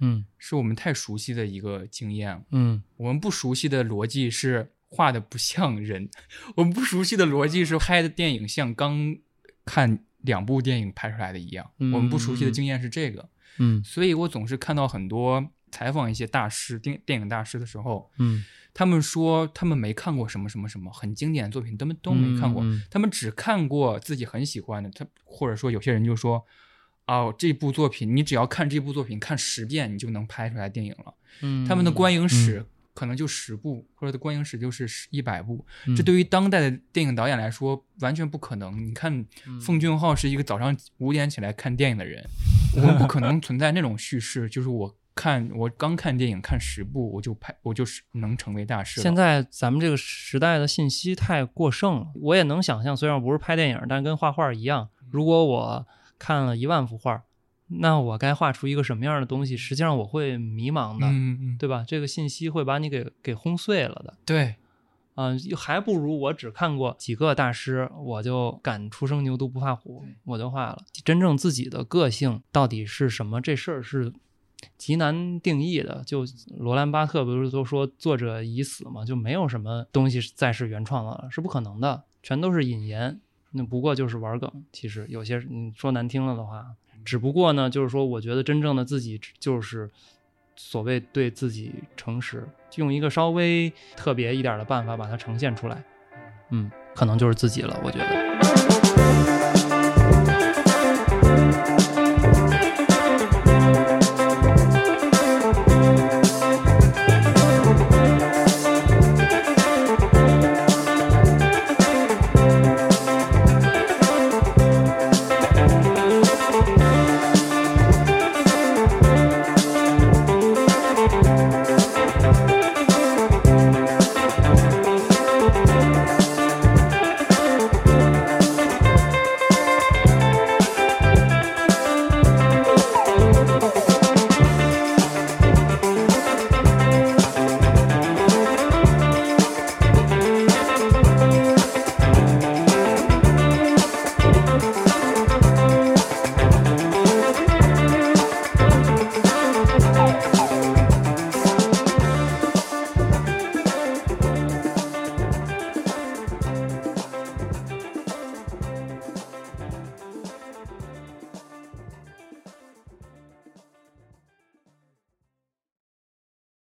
嗯， 是我们太熟悉的一个经验。 嗯， 我们不熟悉的逻辑是画的不像人，我们不熟悉的逻辑是拍的电影像刚看两部电影拍出来的一样。 嗯、 我们不熟悉的经验是这个。 嗯， 所以我总是看到很多采访一些大师电电影大师的时候， 嗯， 他们说他们没看过什么什么什么很经典的作品，他们都没看过、 嗯嗯、 他们只看过自己很喜欢的。他或者说有些人就说哦，这部作品你只要看这部作品看十遍你就能拍出来电影了。 嗯， 他们的观影史、 嗯、 可能就十部，或者的观影史就是一百部、 嗯、 这对于当代的电影导演来说完全不可能。你看奉俊昊是一个早上五点起来看电影的人，我们不可能存在那种叙事就是我看我刚看电影看十部我就拍我就是能成为大师了。 现在咱们这个时代的信息太过剩了，我也能想象，虽然我不是拍电影，但跟画画一样，如果我看了一万幅画，那我该画出一个什么样的东西，实际上我会迷茫的。 嗯嗯， 对吧？这个信息会把你给给轰碎了的。 对， 嗯、呃，还不如我只看过几个大师，我就敢初生牛犊不怕虎，我就画了。真正自己的个性到底是什么，这事儿是极难定义的。就罗兰巴特不是都说作者已死嘛，就没有什么东西再是原创的了，是不可能的，全都是引言，那不过就是玩梗。其实有些你说难听了的话，只不过呢，就是说我觉得真正的自己就是所谓对自己诚实，用一个稍微特别一点的办法把它呈现出来，嗯，可能就是自己了，我觉得。